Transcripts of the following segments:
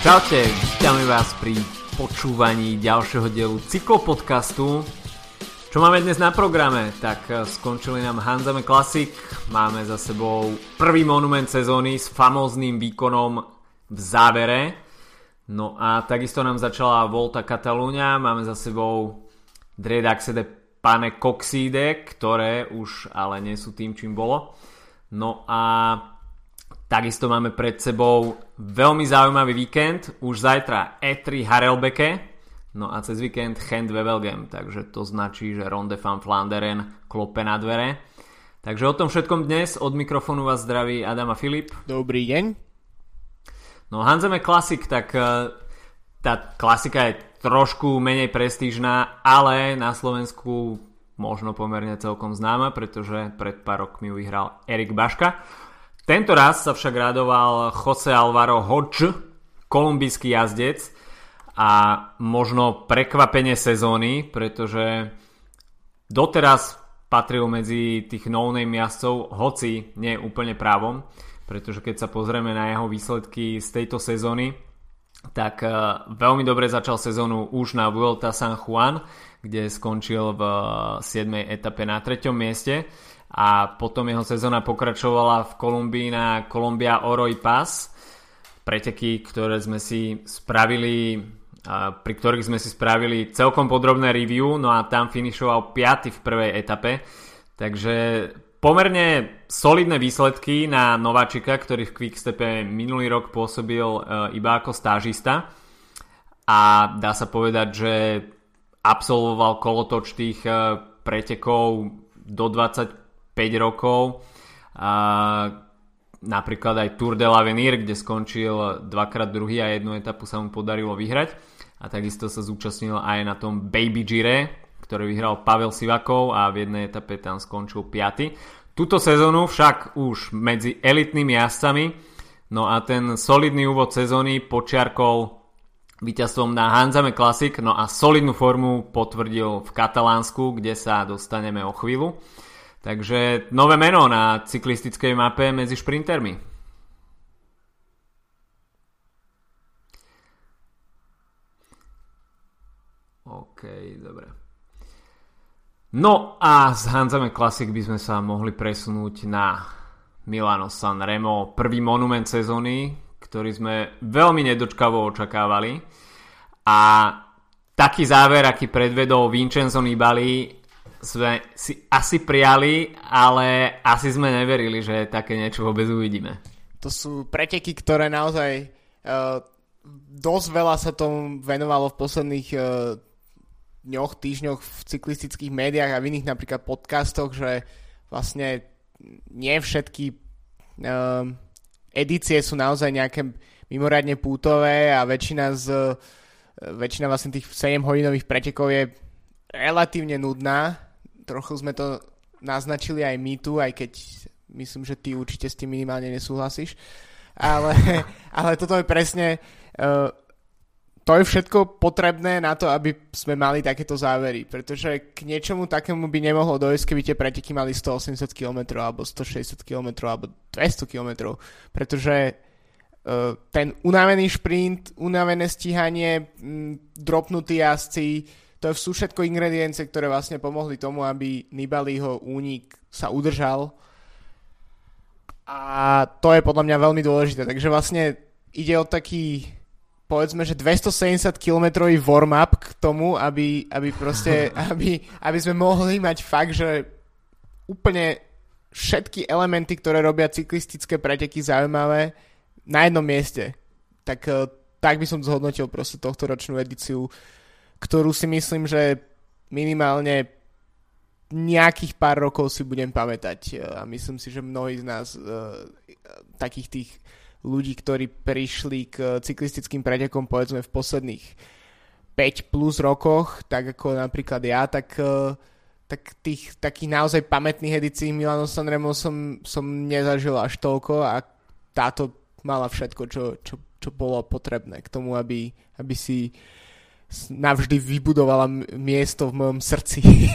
Čaute, vítame vás pri počúvaní ďalšieho dielu cyklopodcastu. Čo máme dnes na programe? Tak skončili nám Hanzame Classic, máme za sebou prvý monument sezóny s famóznym výkonom v závere. No a takisto nám začala Volta Catalunya, máme za sebou Drie Daxe de Pane Coxide, ktoré už ale nie sú tým, čím bolo. No a takisto máme pred sebou veľmi zaujímavý víkend, už zajtra E3 Harelbeke, no a cez víkend Gent Wevelgem, takže to značí, že Ronde van Vlaanderen klope na dvere. Takže o tom všetkom dnes, od mikrofónu vás zdraví Adam a Filip. Dobrý deň. No Hanzame Classic, tak tá klasika je trošku menej prestížna, ale na Slovensku možno pomerne celkom známa, pretože pred pár rokmi ju vyhral Erik Baška. Tento raz sa však radoval Jose Alvaro Hodge, kolumbijský jazdec, a možno prekvapenie sezóny, pretože doteraz patril medzi tých no-name jazdcov, hoci nie úplne právom, pretože keď sa pozrieme na jeho výsledky z tejto sezóny, tak veľmi dobre začal sezónu už na Vuelta San Juan, kde skončil v 7. etape na 3. mieste, a potom jeho sezóna pokračovala v Kolumbii na Colombia Oro y Paz, preteky, ktoré sme si spravili, pri ktorých sme si spravili celkom podrobné review, no a tam finišoval 5. v prvej etape, takže pomerne solidné výsledky na nováčika, ktorý v Quickstepe minulý rok pôsobil iba ako stážista, a dá sa povedať, že absolvoval kolotoč tých pretekov do 25 rokov, napríklad aj Tour de l'Avenir, kde skončil dvakrát druhý a jednu etapu sa mu podarilo vyhrať, a takisto sa zúčastnil aj na tom Baby Gire, ktorý vyhral Pavel Sivakov, a v jednej etape tam skončil 5. Túto sezónu však už medzi elitnými jazdcami, no a ten solidný úvod sezóny počiarkol víťazstvom na Hanzame Classic, no a solidnú formu potvrdil v Katalánsku, kde sa dostaneme o chvíľu. Takže nové meno na cyklistickej mape medzi šprintermi. OK, dobre. No a z Hanzame Classic by sme sa mohli presunúť na Milano Sanremo, prvý monument sezóny, ktorý sme veľmi nedočkavo očakávali. A taký záver, aký predvedol Vincenzo Nibali, sme si asi prijali, ale asi sme neverili, že také niečo vôbec uvidíme. To sú preteky, ktoré naozaj dosť veľa sa tomu venovalo v posledných dňoch, týždňoch v cyklistických médiách a v iných napríklad podcastoch, že vlastne nie všetky edície sú naozaj nejaké mimoriadne pútové a väčšina vlastne tých 7-hodinových pretekov je relatívne nudná. Trochu sme to naznačili aj my tu, aj keď myslím, že ty určite s tým minimálne nesúhlasíš. Ale toto je presne to je všetko potrebné na to, aby sme mali takéto závery, pretože k niečomu takému by nemohlo dojsť, keby tie preteky mali 180 km alebo 160 km alebo 200 km, pretože ten unavený šprint, unavené stíhanie, dropnutí jazdci, to sú všetko ingrediencie, ktoré vlastne pomohli tomu, aby Nibaliho únik sa udržal, a to je podľa mňa veľmi dôležité. Takže vlastne ide o taký, povedzme, že 270 km warm-up k tomu, aby sme mohli mať fakt, že úplne všetky elementy, ktoré robia cyklistické preteky zaujímavé, na jednom mieste. Tak by som zhodnotil proste tohto ročnú edíciu, ktorú si myslím, že minimálne nejakých pár rokov si budem pamätať. A myslím si, že mnohí z nás takých tých ľudí, ktorí prišli k cyklistickým pretekom povedzme v posledných 5 plus rokoch, tak ako napríklad ja, tak tých takých naozaj pamätných edícií Milano Sanremo som nezažil až toľko, a táto mala všetko, čo bolo potrebné k tomu, aby si navždy vybudovala miesto v mojom srdci.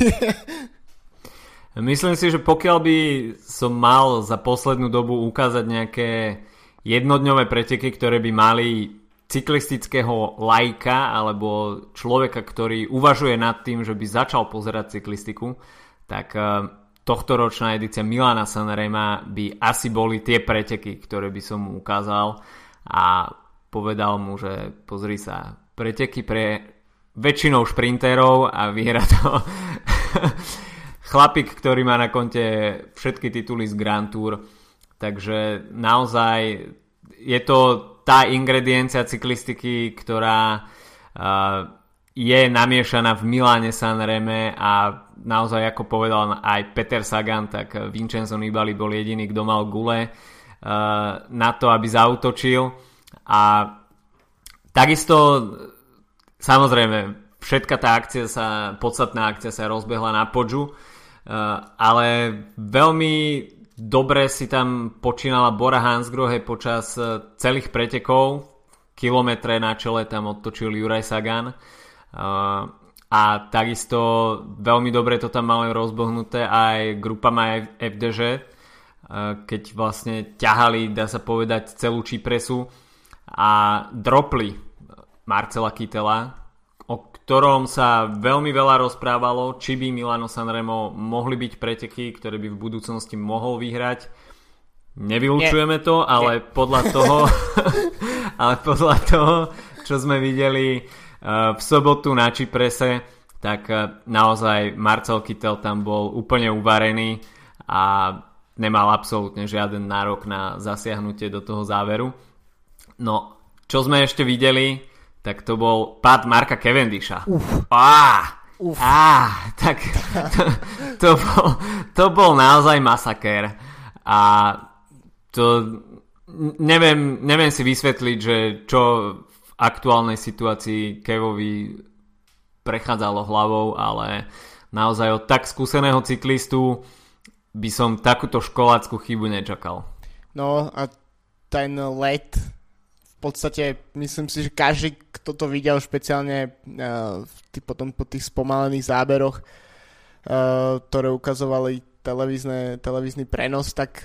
Myslím si, že pokiaľ by som mal za poslednú dobu ukázať nejaké jednodňové preteky, ktoré by mali cyklistického laika alebo človeka, ktorý uvažuje nad tým, že by začal pozerať cyklistiku, tak tohtoročná edícia Milana Sanrema by asi boli tie preteky, ktoré by som mu ukázal a povedal mu, že pozri sa, preteky pre väčšinou šprintérov a vyhrá to chlapík, ktorý má na konte všetky tituly z Grand Tour. Takže naozaj je to tá ingrediencia cyklistiky, ktorá je namiešaná v Milane Sanreme a naozaj, ako povedal aj Peter Sagan, tak Vincenzo Nibali bol jediný, kto mal gule na to, aby zaútočil. A takisto samozrejme všetka tá podstatná akcia sa rozbehla na Podžu, ale veľmi dobre si tam počínala Bora Hansgrohe počas celých pretekov. Kilometre na čele tam odtočil Juraj Sagan a takisto veľmi dobre to tam mali rozbohnuté aj grupa FDŽ, keď vlastne ťahali, dá sa povedať, celú Cipresu a dropli Marcela Kittela, o ktorom sa veľmi veľa rozprávalo, či by Milano Sanremo mohli byť preteky, ktoré by v budúcnosti mohol vyhrať. Nevylučujeme to, ale podľa toho, čo sme videli v sobotu na Ciprese, tak naozaj Marcel Kittel tam bol úplne uvarený a nemal absolútne žiaden nárok na zasiahnutie do toho záveru. No, čo sme ešte videli, tak to bol pád Marka Cavendisha. Tak to bol naozaj masakér. A to neviem si vysvetliť, že čo v aktuálnej situácii Kevovi prechádzalo hlavou, ale naozaj od tak skúseného cyklistu by som takúto školácku chybu nečakal. No a ten let v podstate myslím si, že každý, kto to videl špeciálne potom po tých spomalených záberoch, ktoré ukazovali televízny prenos, tak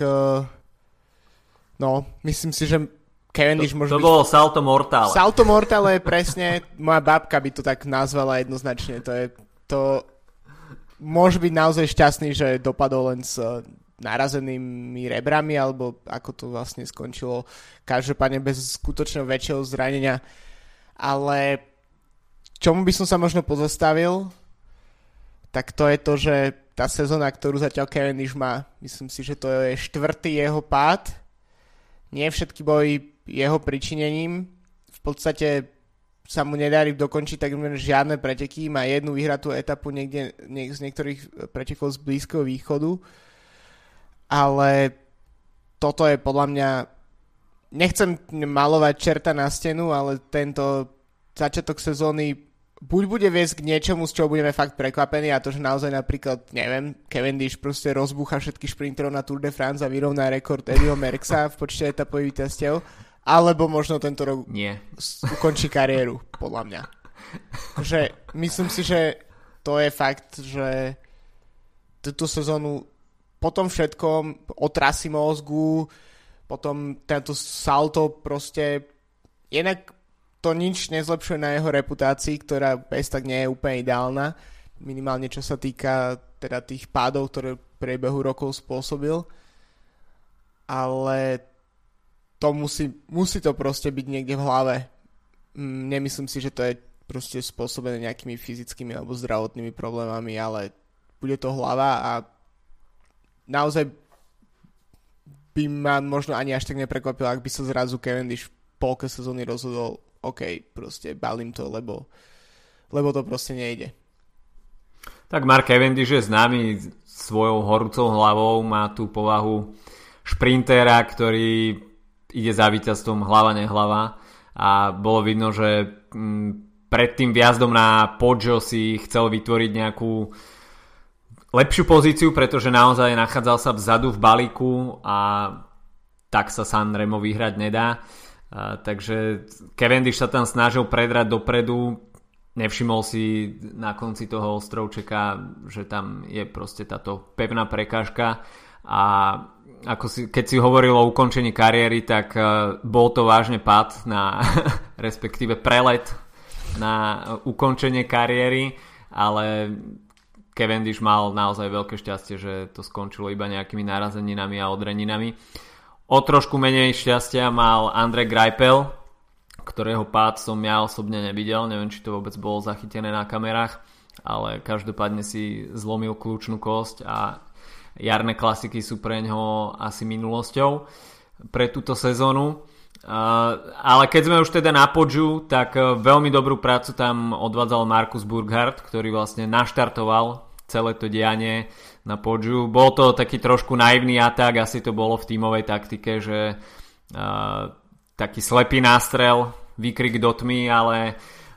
myslím si, že Cavendish môže byť... To bolo Salto Mortale. Salto Mortale, presne, moja babka by to tak nazvala jednoznačne. To môže byť naozaj šťastný, že dopadol len s narazenými rebrami, alebo ako to vlastne skončilo, každopádne bez skutočného väčšieho zranenia. Ale čomu by som sa možno pozastavil, tak to je to, že tá sezóna, ktorú zatiaľ Cavendish má, myslím si, že to je 4. jeho pád. Nie všetky boli jeho pričinením. V podstate sa mu nedarí dokončiť takmer žiadne preteky. Má jednu vyhratú etapu niekde z niektorých pretekov z Blízkeho východu. Ale toto je podľa mňa... Nechcem malovať čerta na stenu, ale tento začiatok sezóny buď bude viesť k niečomu, z čoho budeme fakt prekvapení, a to, že naozaj napríklad, neviem, Cavendish proste rozbúcha všetkých šprinterov na Tour de France a vyrovná rekord Eddieho Merckxa v počte etapových víťazstiev, alebo možno tento rok ukončí kariéru, podľa mňa. Že myslím si, že to je fakt, že túto sezónu po tom všetkom, otrasy mozgu, potom tento salto proste, inak to nič nezlepšuje na jeho reputácii, ktorá bez tak nie je úplne ideálna, minimálne čo sa týka teda tých pádov, ktoré v priebehu rokov spôsobil, ale to musí to proste byť niekde v hlave. Nemyslím si, že to je proste spôsobené nejakými fyzickými alebo zdravotnými problémami, ale bude to hlava a naozaj by ma možno ani až tak neprekvapilo, ak by sa zrazu Cavendish v polke sezóny rozhodol, OK, proste balím to, lebo to proste nejde. Tak Mark Cavendish je známy svojou horúcou hlavou, má tú povahu šprintéra, ktorý ide za víťazstvom hlava nehlava, a bolo vidno, že pred tým vjazdom na Poggio si chcel vytvoriť nejakú lepšiu pozíciu, pretože naozaj nachádzal sa vzadu v balíku a tak sa Sanremo vyhrať nedá. Takže Cavendish sa tam snažil predrať dopredu, nevšimol si na konci toho ostrovčeka, že tam je proste táto pevná prekážka a keď si hovoril o ukončení kariéry, tak bol to vážne pád na respektíve prelet na ukončenie kariéry, ale Cavendish mal naozaj veľké šťastie, že to skončilo iba nejakými narazeninami a odreninami. O trošku menej šťastia mal Andrej Greipel, ktorého pád som ja osobne nevidel, neviem, či to vôbec bolo zachytené na kamerách, ale každopádne si zlomil kľúčnú kosť a jarné klasiky sú pre ňoho asi minulosťou pre túto sezónu. Ale keď sme už teda na Poggiu, tak veľmi dobrú prácu tam odvádzal Markus Burkhardt, ktorý vlastne naštartoval celé to dianie na Poggiu. Bol to taký trošku naivný atak, asi to bolo v tímovej taktike, že taký slepý nástrel, výkrik do tmy, ale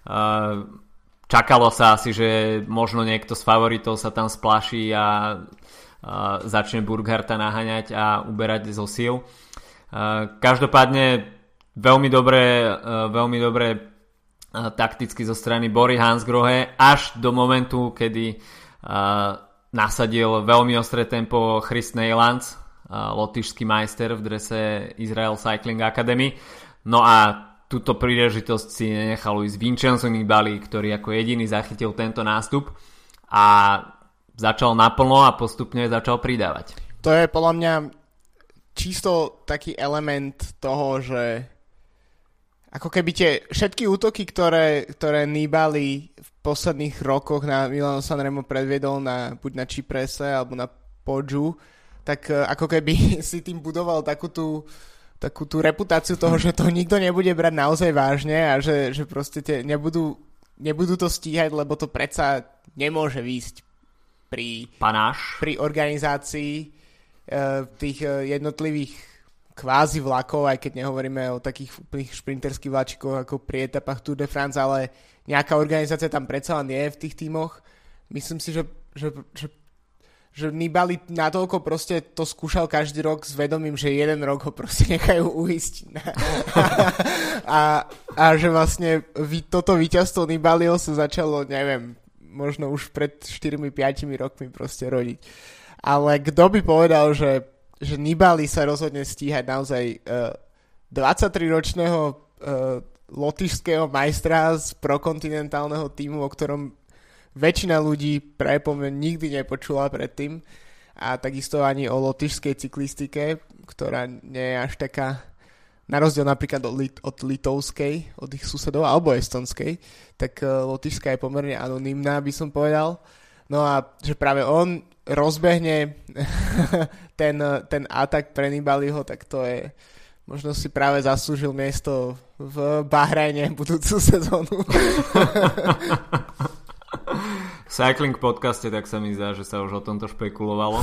čakalo sa asi, že možno niekto z favoritov sa tam splaší a začne Burghardta naháňať a uberať zo síl. Každopádne veľmi dobre takticky zo strany Bory Hansgrohe až do momentu, kedy nasadil veľmi ostré tempo Chris Neylands, lotyšský majster v drese Israel Cycling Academy. No a túto príležitosť si nenechal ísť Vincenzo Nibali, ktorý ako jediný zachytil tento nástup a začal naplno a postupne začal pridávať. To je podľa mňa čisto taký element toho, že ako keby tie všetky útoky, ktoré Nibali v posledných rokoch na Milano Sanremo predviedol buď na Ciprese alebo na Poggiu, tak ako keby si tým budoval takú tú reputáciu toho, že to nikto nebude brať naozaj vážne a že proste nebudú to stíhať, lebo to predsa nemôže výjsť pri organizácii tých jednotlivých kvázi vlakov, aj keď nehovoríme o takých úplných šprinterských vláčikoch ako pri etapách Tour de France, ale nejaká organizácia tam predsa len je v tých tímoch. Myslím si, že Nibali natoľko proste to skúšal každý rok s vedomím, že jeden rok ho proste nechajú uísť. a že vlastne toto víťazstvo Nibaliho sa začalo, neviem, možno už pred 4-5 rokmi proste rodiť. Ale kto by povedal, že Nibali sa rozhodne stíhať naozaj 23-ročného lotyšského majstra z prokontinentálneho tímu, o ktorom väčšina ľudí nikdy nepočula predtým, a takisto ani o lotyšskej cyklistike, ktorá nie je až taká, na rozdiel napríklad od litovskej, od ich susedov, alebo estonskej, tak lotyšská je pomerne anonymná, by som povedal. No a že práve on rozbehne ten atak pre Nibaliho, tak to je, možno si práve zaslúžil miesto v Bahrajne budúcu sezónu. V Cycling podcaste tak sa mi zdá, že sa už o tomto špekulovalo.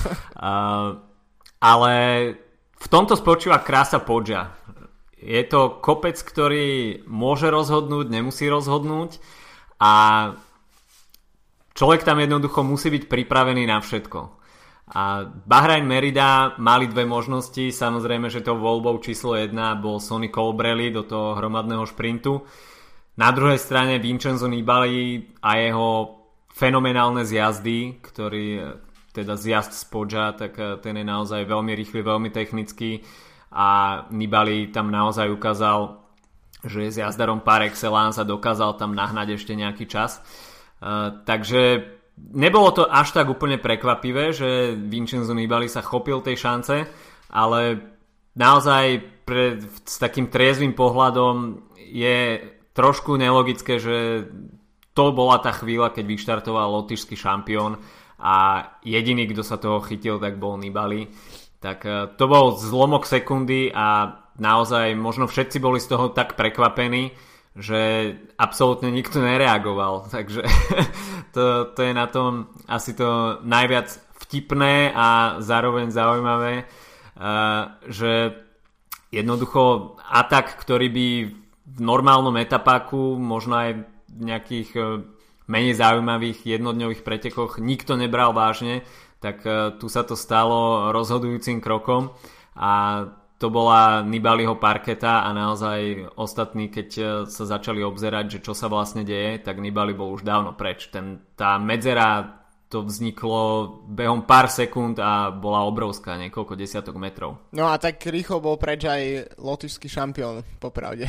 Ale v tomto spočíva krása Poggia. Je to kopec, ktorý môže rozhodnúť, nemusí rozhodnúť a človek tam jednoducho musí byť pripravený na všetko. A Bahrain Merida mali dve možnosti, samozrejme, že tou voľbou číslo 1 bol Sonny Colbrelli do toho hromadného šprintu. Na druhej strane Vincenzo Nibali a jeho fenomenálne zjazdy, ktorý teda zjazd z Poggia, tak ten je naozaj veľmi rýchly, veľmi technický a Nibali tam naozaj ukázal, že je jazdarom par excellence a dokázal tam nahnať ešte nejaký čas. Takže nebolo to až tak úplne prekvapivé, že Vincenzo Nibali sa chopil tej šance, ale naozaj s takým triezvym pohľadom je trošku nelogické, že to bola tá chvíľa, keď vyštartoval lotyšský šampión a jediný, kto sa toho chytil, tak bol Nibali. Tak to bol zlomok sekundy a naozaj možno všetci boli z toho tak prekvapení, že absolútne nikto nereagoval. Takže to je na tom asi to najviac vtipné a zároveň zaujímavé, že jednoducho atak, ktorý by v normálnom etapáku, možno aj v nejakých menej zaujímavých jednodňových pretekoch nikto nebral vážne, tak tu sa to stalo rozhodujúcim krokom a to bola Nibaliho parketa a naozaj ostatní, keď sa začali obzerať, že čo sa vlastne deje, tak Nibali bol už dávno preč. Tá medzera to vzniklo behom pár sekúnd a bola obrovská, niekoľko desiatok metrov. No a tak rýchlo bol preč aj lotyšský šampión, popravde.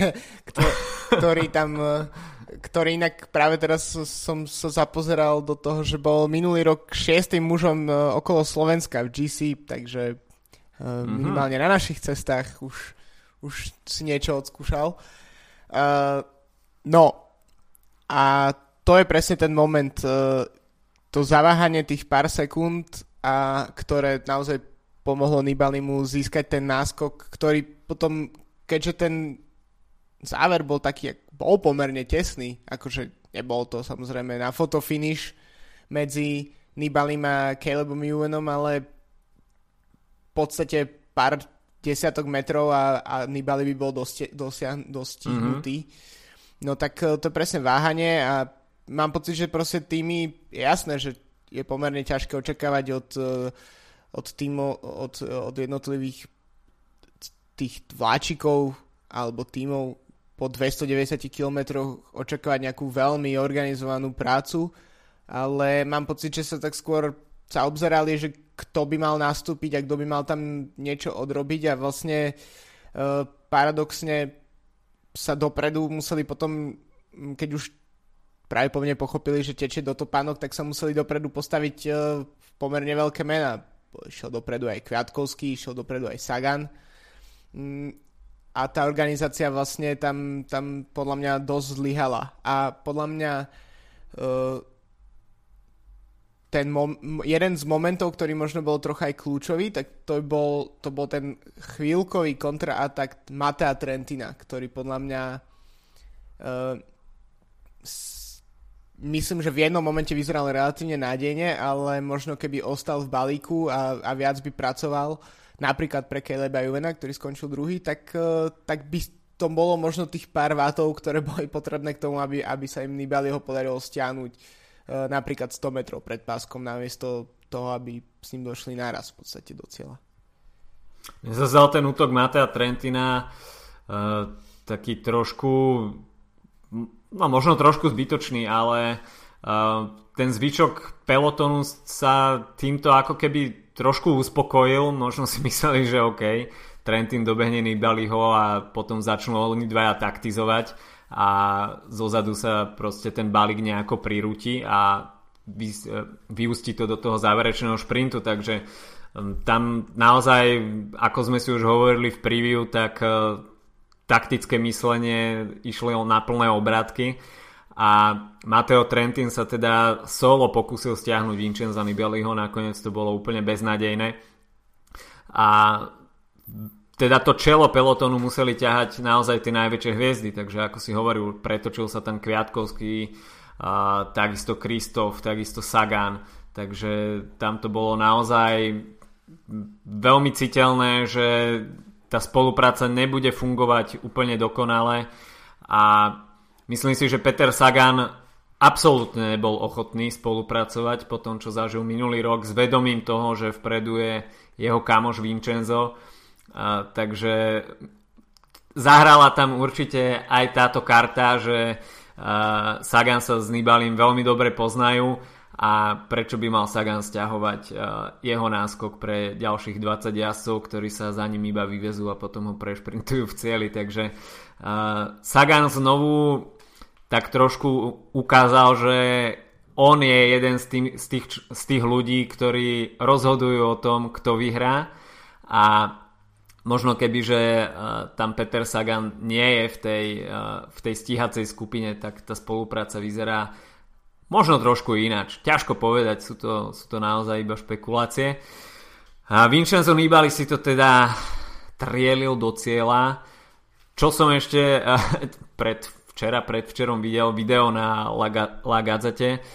ktorý inak práve teraz som sa zapozeral do toho, že bol minulý rok 6. mužom okolo Slovenska v GC, takže minimálne na našich cestách už si niečo odskúšal. No a to je presne ten moment, to zaváhanie tých pár sekúnd, ktoré naozaj pomohlo Nibalimu získať ten náskok, ktorý potom, keďže ten záver bol taký, bol pomerne tesný, akože nebol to samozrejme na fotofinish medzi Nibalim a Calebom Ewanom, ale v podstate pár desiatok metrov a Nibali by bol dostihnutý. No tak to je presne váhanie a mám pocit, že proste týmy, je jasné, že je pomerne ťažké očakávať od týmov, od jednotlivých tých vláčikov alebo týmov po 290 km očakávať nejakú veľmi organizovanú prácu, ale mám pocit, že sa tak skôr sa obzerali, že kto by mal nastúpiť a kto by mal tam niečo odrobiť a vlastne paradoxne sa dopredu museli potom, keď už práve po mne pochopili, že tečie do topánok, tak sa museli dopredu postaviť pomerne veľké mená. Išiel dopredu aj Kviatkovský, išiel dopredu aj Sagan. A tá organizácia vlastne tam podľa mňa dosť zlyhala. A podľa mňa jeden z momentov, ktorý možno bol trocha aj kľúčový, tak to bol ten chvíľkový kontraatak Mattea Trentina, ktorý podľa mňa myslím, že v jednom momente vyzeral relatívne nádejne, ale možno keby ostal v balíku a viac by pracoval napríklad pre Caleba Ewena, ktorý skončil druhý, tak by to bolo možno tých pár vátov, ktoré boli potrebné k tomu, aby sa im Nibaliho podarilo stiahnuť napríklad 100 metrov pred páskom namiesto toho, aby s ním došli naraz v podstate do cieľa. Mne sa zdal ten útok Mattea Trentina taký trošku možno trošku zbytočný, ale ten zvyšok pelotonu sa týmto ako keby trošku uspokojil, možno si mysleli, že OK, Trentin dobehne Nibaliho a potom začnú oni dvaja taktizovať a zozadu sa proste ten balík nejako prirúti a vyústi to do toho záverečného šprintu, takže tam naozaj, ako sme si už hovorili v preview, tak taktické myslenie išlo na plné obrátky a Matteo Trentin sa teda solo pokúsil stiahnuť Vincenza Nibaliho, nakoniec to bolo úplne beznádejné a teda to čelo pelotonu museli ťahať naozaj tie najväčšie hviezdy, takže ako si hovoril, pretočil sa tam Kviatkovský, takisto Kristof, takisto Sagan, takže tam to bolo naozaj veľmi citeľné, že tá spolupráca nebude fungovať úplne dokonale a myslím si, že Peter Sagan absolútne nebol ochotný spolupracovať po tom, čo zažil minulý rok s vedomím toho, že vpredu je jeho kamoš Vincenzo. Takže zahrala tam určite aj táto karta, že Sagan sa s Nibalim veľmi dobre poznajú a prečo by mal Sagan stiahovať jeho náskok pre ďalších 20 jazdcov, ktorí sa za ním iba vyvezú a potom ho prešprintujú v cieli. Takže Sagan znovu tak trošku ukázal, že on je jeden z tých ľudí, ktorí rozhodujú o tom, kto vyhrá a možno kebyže tam Peter Sagan nie je v tej stíhacej skupine, tak tá spolupráca vyzerá možno trošku ináč. Ťažko povedať, sú to naozaj iba špekulácie. A Vincenzo Nibali si to teda trielil do cieľa. Čo som ešte predvčerom videl video na La Gazzete,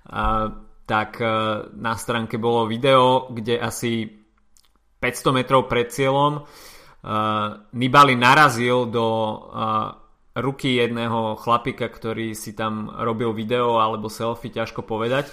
tak na stránke bolo video, kde asi 500 metrov pred cieľom Nibali narazil do ruky jedného chlapika, ktorý si tam robil video alebo selfie, ťažko povedať.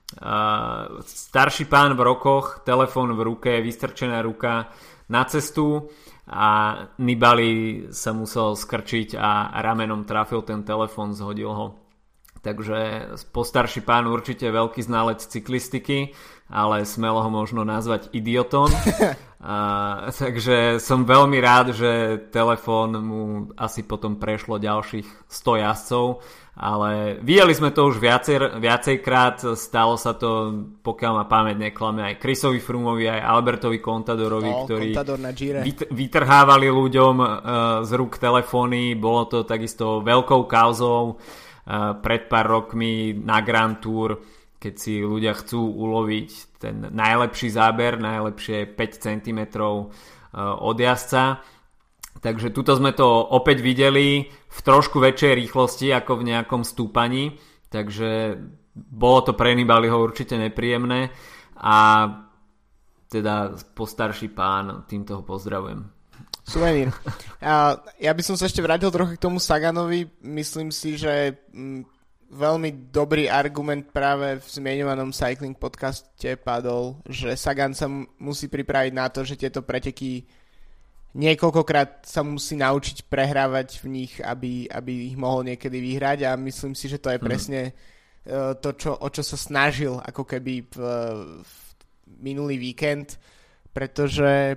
Starší pán v rokoch, telefón v ruke, vystrčená ruka na cestu a Nibali sa musel skrčiť a ramenom trafil ten telefón, zhodil ho. takže postarší pán určite veľký znalec cyklistiky, ale smelo ho možno nazvať idiotom. Takže som veľmi rád, že telefón mu asi potom prešlo ďalších 100 jazdcov, ale videli sme to už viacejkrát, stalo sa to, pokiaľ ma pamäť neklame, aj Chrisovi Froomovi, aj Albertovi Contadorovi, ktorí vytrhávali ľuďom z rúk telefóny. Bolo to takisto veľkou kauzou pred pár rokmi na Grand Tour, keď si ľudia chcú uloviť ten najlepší záber, najlepšie 5 cm od jazdca. Takže tuto sme to opäť videli v trošku väčšej rýchlosti ako v nejakom stúpaní, takže bolo to pre Nibaliho určite nepríjemné a teda postarší pán, týmto ho pozdravujem. Suvenír. Ja by som sa ešte vrátil trochu k tomu Saganovi. Myslím si, že veľmi dobrý argument práve v zmieňovanom Cycling podcaste padol, že Sagan sa musí pripraviť na to, že tieto preteky niekoľkokrát sa musí naučiť prehrávať v nich, aby ich mohol niekedy vyhrať, a myslím si, že to je presne to, o čo sa snažil ako keby v minulý víkend, pretože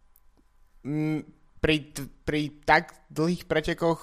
pri tak dlhých pretekoch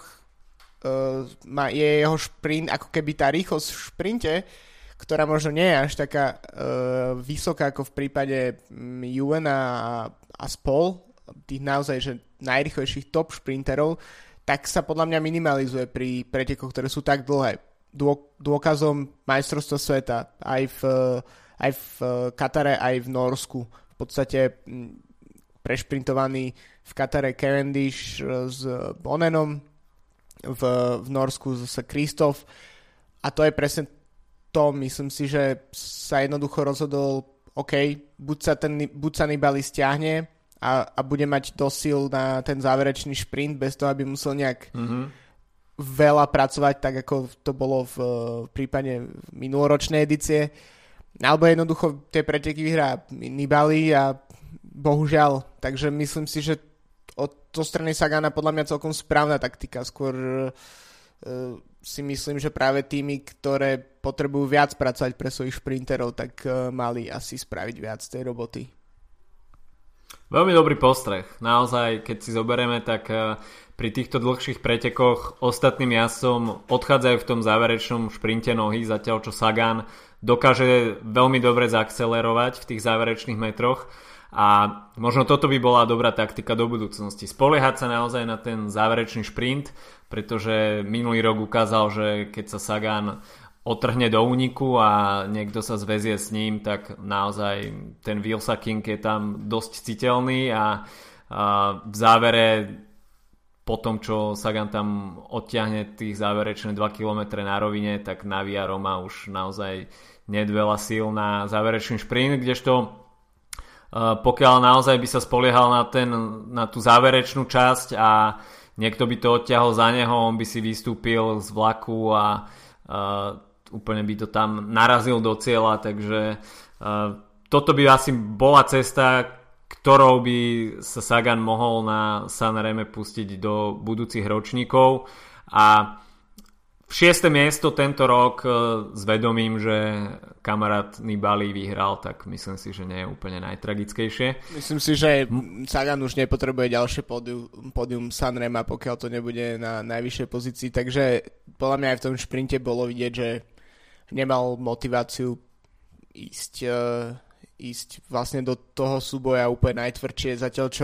je jeho šprint ako keby tá rýchlosť v šprinte, ktorá možno nie je až taká vysoká ako v prípade Juvena a spol, tých naozaj že najrýchlejších top šprinterov, tak sa podľa mňa minimalizuje pri pretekoch, ktoré sú tak dlhé. Dôkazom majstrovstva sveta aj v Katare, aj v Norsku. V podstate prešprintovaný v Katare Cavendish s Bonnenom, v Norsku zase Kristof, a to je presne to. Myslím si, že sa jednoducho rozhodol, OK, buď sa Nibali stiahne a bude mať dosil na ten záverečný šprint bez toho, aby musel nejak veľa pracovať, tak ako to bolo v prípade minuloročnej edície, alebo jednoducho tie preteky vyhrá Nibali a bohužiaľ. Takže myslím si, že zo strany Sagana podľa mňa celkom správna taktika. Skôr si myslím, že práve týmy, ktoré potrebujú viac pracovať pre svojich šprinterov, tak mali asi spraviť viac tej roboty. Veľmi dobrý postreh. Naozaj, keď si zoberieme, tak pri týchto dlhších pretekoch ostatným jazdcom odchádzajú v tom záverečnom šprinte nohy, zatiaľ čo Sagan dokáže veľmi dobre zaakcelerovať v tých záverečných metroch, a možno toto by bola dobrá taktika do budúcnosti. Spoliehať sa naozaj na ten záverečný šprint, pretože minulý rok ukázal, že keď sa Sagan otrhne do úniku a niekto sa zväzie s ním, tak naozaj ten wheelsacking je tam dosť citeľný a v závere po tom, čo Sagan tam odtiahne tých záverečné 2 km na rovine, tak Navia Roma už naozaj nedveľa síl na záverečný šprint, kdežto pokiaľ naozaj by sa spoliehal na tú záverečnú časť a niekto by to odtiahol za neho, on by si vystúpil z vlaku a úplne by to tam narazil do cieľa, takže toto by asi bola cesta, ktorou by sa Sagan mohol na Sanreme pustiť do budúcich ročníkov, a 6. miesto tento rok s vedomím, že kamarát Nibali vyhral, tak myslím si, že nie je úplne najtragickejšie. Myslím si, že Sagan už nepotrebuje ďalšie pódium Sanrema, pokiaľ to nebude na najvyššej pozícii, takže podľa mňa aj v tom šprinte bolo vidieť, že nemal motiváciu ísť vlastne do toho súboja úplne najtvrdšie, zatiaľ čo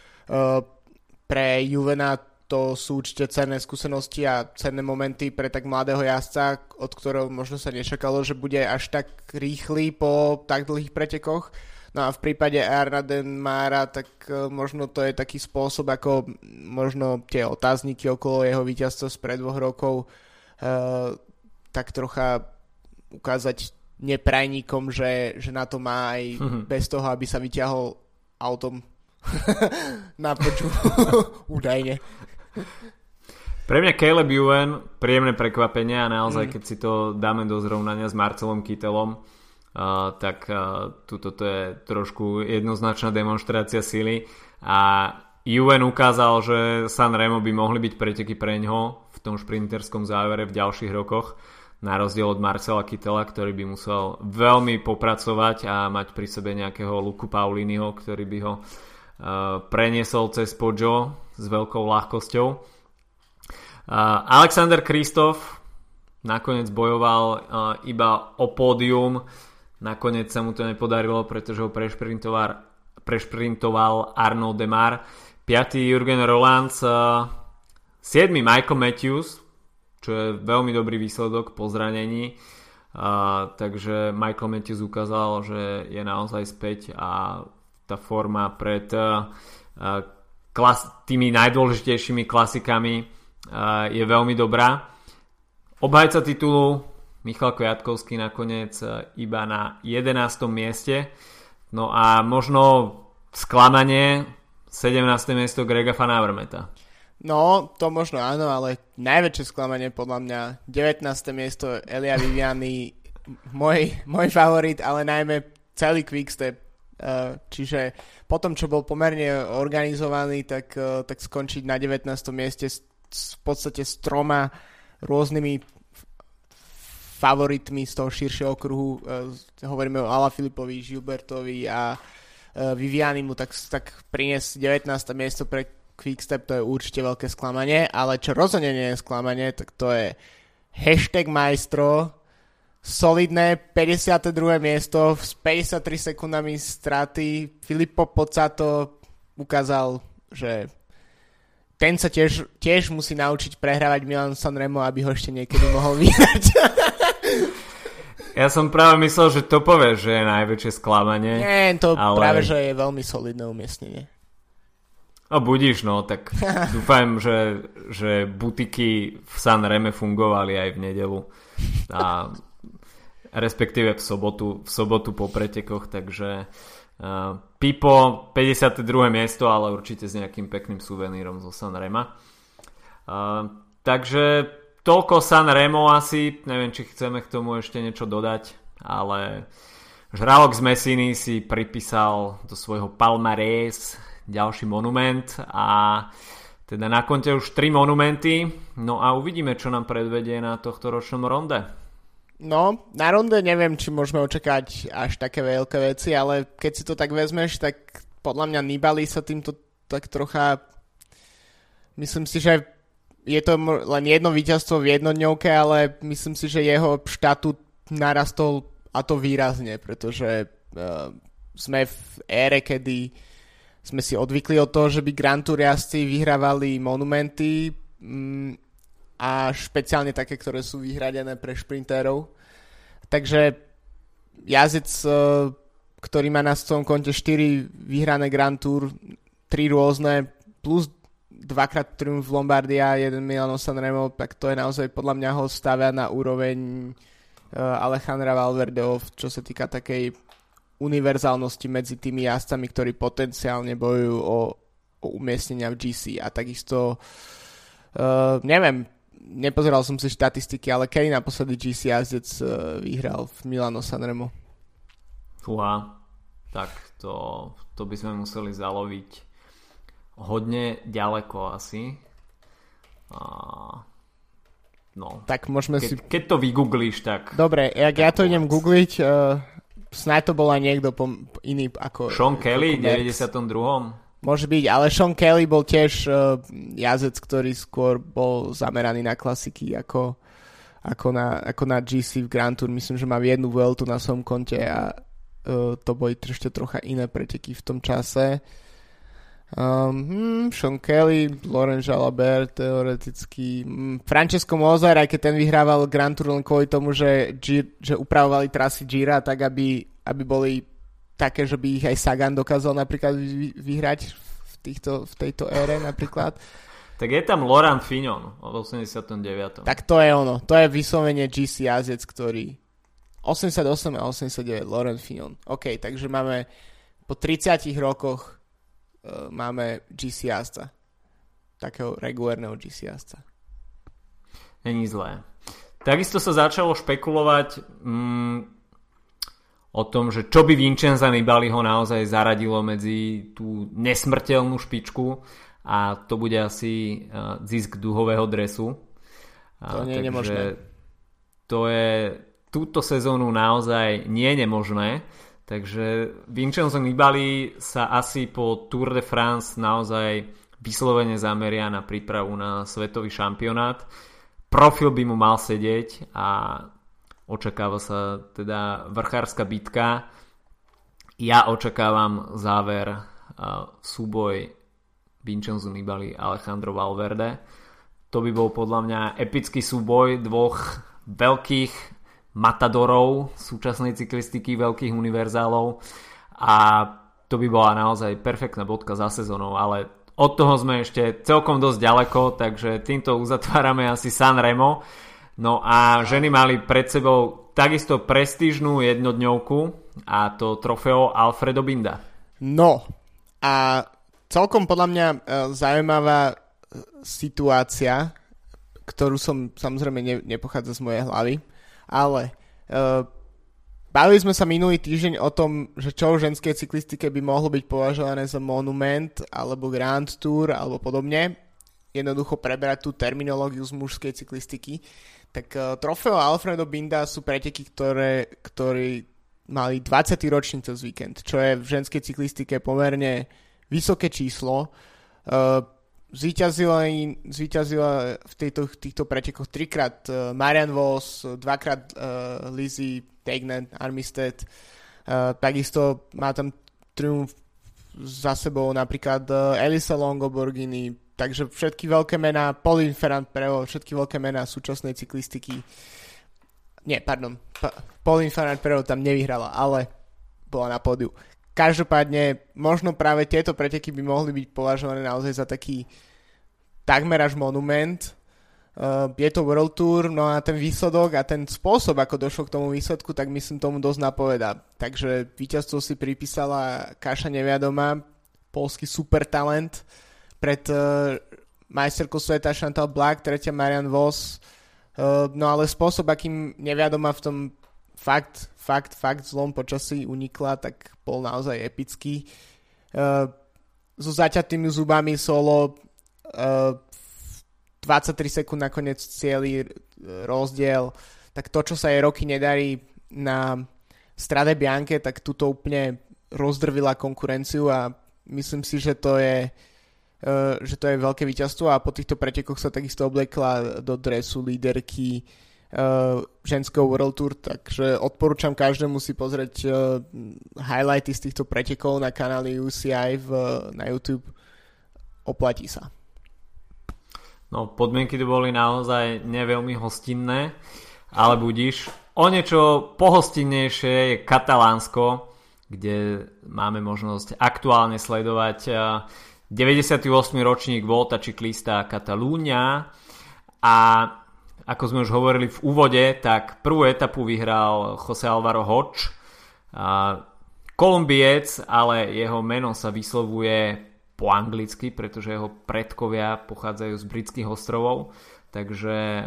pre Juvena to sú určite cenné skúsenosti a cenné momenty pre tak mladého jazdca, od ktorého možno sa nečakalo, že bude až tak rýchly po tak dlhých pretekoch. No a v prípade Arna Denmara, tak možno to je taký spôsob, ako možno tie otázniky okolo jeho víťazstva spred 2 rokov tak trocha ukázať neprajníkom, že na to má aj bez toho, aby sa vyťahol autom na poču údajne. Pre mňa Caleb Ewan príjemné prekvapenie, a naozaj keď si to dáme do zrovnania s Marcelom Kittelom, tak toto je trošku jednoznačná demonštrácia sily, a Ewan ukázal, že Sanremo by mohli byť preteky pre ňoho v tom šprinterskom závere v ďalších rokoch, na rozdiel od Marcela Kittela, ktorý by musel veľmi popracovať a mať pri sebe nejakého Luku Pauliniho, ktorý by ho preniesol cez Poggio s veľkou ľahkosťou. Alexander Kristof nakoniec bojoval iba o pódium. Nakoniec sa mu to nepodarilo, pretože ho prešprintoval Arnaud Démare. 5. Jürgen Roelandts, 7. Michael Matthews, čo je veľmi dobrý výsledok po zranení. Takže Michael Matthews ukázal, že je naozaj späť a tá forma pred tými najdôležitejšími klasikami je veľmi dobrá. Obhajca titulu Michal Kviatkovský nakoniec iba na 11. mieste. No a možno sklamanie 17. miesto Grega Van Avermaeta. No, to možno áno, ale najväčšie sklamanie podľa mňa 19. miesto Elia Viviani, môj favorit, ale najmä celý Quickstep. Čiže potom, čo bol pomerne organizovaný, tak skončiť na 19. mieste v podstate s 3 rôznymi favoritmi z toho širšieho okruhu. Hovoríme o Alaphilippovi, Gilbertovi a Vivianimu, tak priniesť 19. miesto pre Quickstep, to je určite veľké sklamanie, ale čo rozhodne nie je sklamanie, tak to je #Maestro, solidné 52. miesto s 53 sekundami straty. Filippo Pozzato ukázal, že ten sa tiež musí naučiť prehrávať Milan Sanremo, aby ho ešte niekedy mohol vyhrať. Ja som práve myslel, že to povieš, že je najväčšie sklamanie. Nie, to ale... práve, že je veľmi solidné umiestnenie. No budíš, no, tak dúfam, že butiky v Sanreme fungovali aj v nedeľu. A respektíve v sobotu po pretekoch, takže Pipo 52. miesto, ale určite s nejakým pekným suvenírom zo Sanrema. Takže toľko Sanremo asi, neviem, či chceme k tomu ešte niečo dodať, ale žralok z Messiny si pripísal do svojho palmarès ďalší monument a teda na konte už 3 monumenty, no a uvidíme, čo nám predvedie na tohto ročnom ronde. No, na ronde neviem, či môžeme očakávať až také veľké veci, ale keď si to tak vezmeš, tak podľa mňa Nibali sa týmto tak trocha, myslím si, že je to len jedno víťazstvo v jednodňovke, ale myslím si, že jeho štatút narastol a to výrazne, pretože sme v ére, kedy sme si odvykli od toho, že by Grand Tour jazdci vyhrávali monumenty a špeciálne také, ktoré sú vyhradené pre šprintérov. Takže jazdec, ktorý má na svojom konte 4 vyhrané Grand Tour, 3 rôzne, plus 2-krát triumf Lombardia, 1 Milano Sanremo, tak to je naozaj podľa mňa ho stavia na úroveň Alejandra Valverdeho, čo sa týka takej univerzálnosti medzi tými jazdcami, ktorí potenciálne bojujú o umiestnenia v GC. A takisto neviem, nepozeral som si štatistiky, ale kedy naposledy GC jazdec vyhral v Milano Sanremo? Fúha, tak to by sme museli zaloviť hodne ďaleko asi. No. Tak môžeme keď to vygooglíš, tak... Dobre, ja to idem googliť, snáď to bol aj niekto iný ako... Sean Kelly v 92. Môže byť, ale Sean Kelly bol tiež jazdec, ktorý skôr bol zameraný na klasiky ako na GC v Grand Tour. Myslím, že má jednu Vueltu na svojom konte a to boli ešte trocha iné preteky v tom čase. Sean Kelly, Laurent Jalabert teoreticky, Francesco Moser, aj keď ten vyhrával Grand Tour len kvôli tomu, že upravovali trasy Gira tak, aby boli také, že by ich aj Sagan dokázal napríklad vyhrať v tejto ére napríklad. Tak je tam Laurent Fignon od 89. Tak to je ono, to je vyslovene GC jazdec, ktorý 88 a 89 Laurent Fignon. OK, takže máme po 30 rokoch máme GC jazdca. Takého regulérneho GC jazdca. Není zlé. Takisto sa začalo špekulovať o tom, že čo by Vincenza Nibaliho naozaj zaradilo medzi tú nesmrteľnú špičku a to bude asi zisk duhového dresu. To nie je nemožné. to je túto sezónu naozaj nie nemožné. Takže Vincenzo Nibali sa asi po Tour de France naozaj vyslovene zameria na prípravu na svetový šampionát. Profil by mu mal sedieť a očakáva sa teda vrchárska bitka. Ja očakávam záver súboj Vincenzo Nibali a Alejandro Valverde. To by bol podľa mňa epický súboj dvoch veľkých matadorov súčasnej cyklistiky, veľkých univerzálov, a to by bola naozaj perfektná bodka za sezónou, ale od toho sme ešte celkom dosť ďaleko, takže týmto uzatvárame asi San Remo. No a ženy mali pred sebou takisto prestížnú jednodňovku, a to trofeo Alfredo Binda. No a celkom podľa mňa zaujímavá situácia, ktorú som samozrejme nepochádza z mojej hlavy, ale bavili sme sa minulý týždeň o tom, že čo v ženskej cyklistike by mohlo byť považované za monument alebo Grand Tour alebo podobne. Jednoducho preberať tú terminológiu z mužskej cyklistiky. Tak trofeo Alfredo Binda sú preteky, ktorí mali 20. ročník cez víkend, čo je v ženskej cyklistike pomerne vysoké číslo. Zvíťazila v týchto pretekoch 3-krát Marianne Vos, 2-krát Lizzie Deignan Armistead. Takisto má tam triumf za sebou napríklad Elisa Longo Borghini. Takže všetky veľké mená, Pauline Ferrand-Prévot, všetky veľké mená súčasnej cyklistiky. Nie, pardon. Pauline Ferrand-Prévot tam nevyhrala, ale bola na pódiu. Každopádne, možno práve tieto preteky by mohli byť považované naozaj za taký takmer až monument. Je to World Tour, no a ten výsledok a ten spôsob, ako došlo k tomu výsledku, tak myslím tomu dosť napovedá. Takže víťazstvo si pripísala Kaša Neviadoma, poľský supertalent, pred majsterkou sveta Chantal Black, tretia Marianne Vos. No ale spôsob, akým Neviadoma v tom fakt zlom počasí unikla, tak bol naozaj epický. So zaťatými zubami solo 23 sekúnd nakoniec cieli rozdiel, tak to, čo sa jej roky nedarí na Strade Bianche, tak tuto úplne rozdrvila konkurenciu a myslím si, že to je veľké víťazstvo, a po týchto pretekoch sa takisto obliekla do dresu líderky ženského World Tour, takže odporúčam každému si pozrieť highlighty z týchto pretekov na kanáli UCI na YouTube. Oplatí sa. No, podmienky tu boli naozaj neveľmi hostinné, ale budíš. O niečo pohostinnejšie je Katalánsko, kde máme možnosť aktuálne sledovať 98. ročník Volta Ciclista Catalunya, a ako sme už hovorili v úvode, tak prvú etapu vyhral José Álvaro Hoč, Kolumbiec, ale jeho meno sa vyslovuje po anglicky, pretože jeho predkovia pochádzajú z britských ostrovov, takže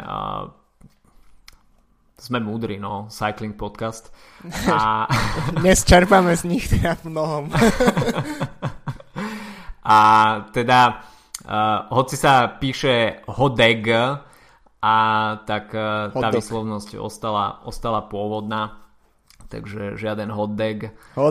sme múdri, no, cycling podcast. A dnes čerpáme z nich teda mnohom. A teda hoci sa píše Hodeg, a tak tá výslovnosť ostala pôvodná, takže žiaden Hodeg.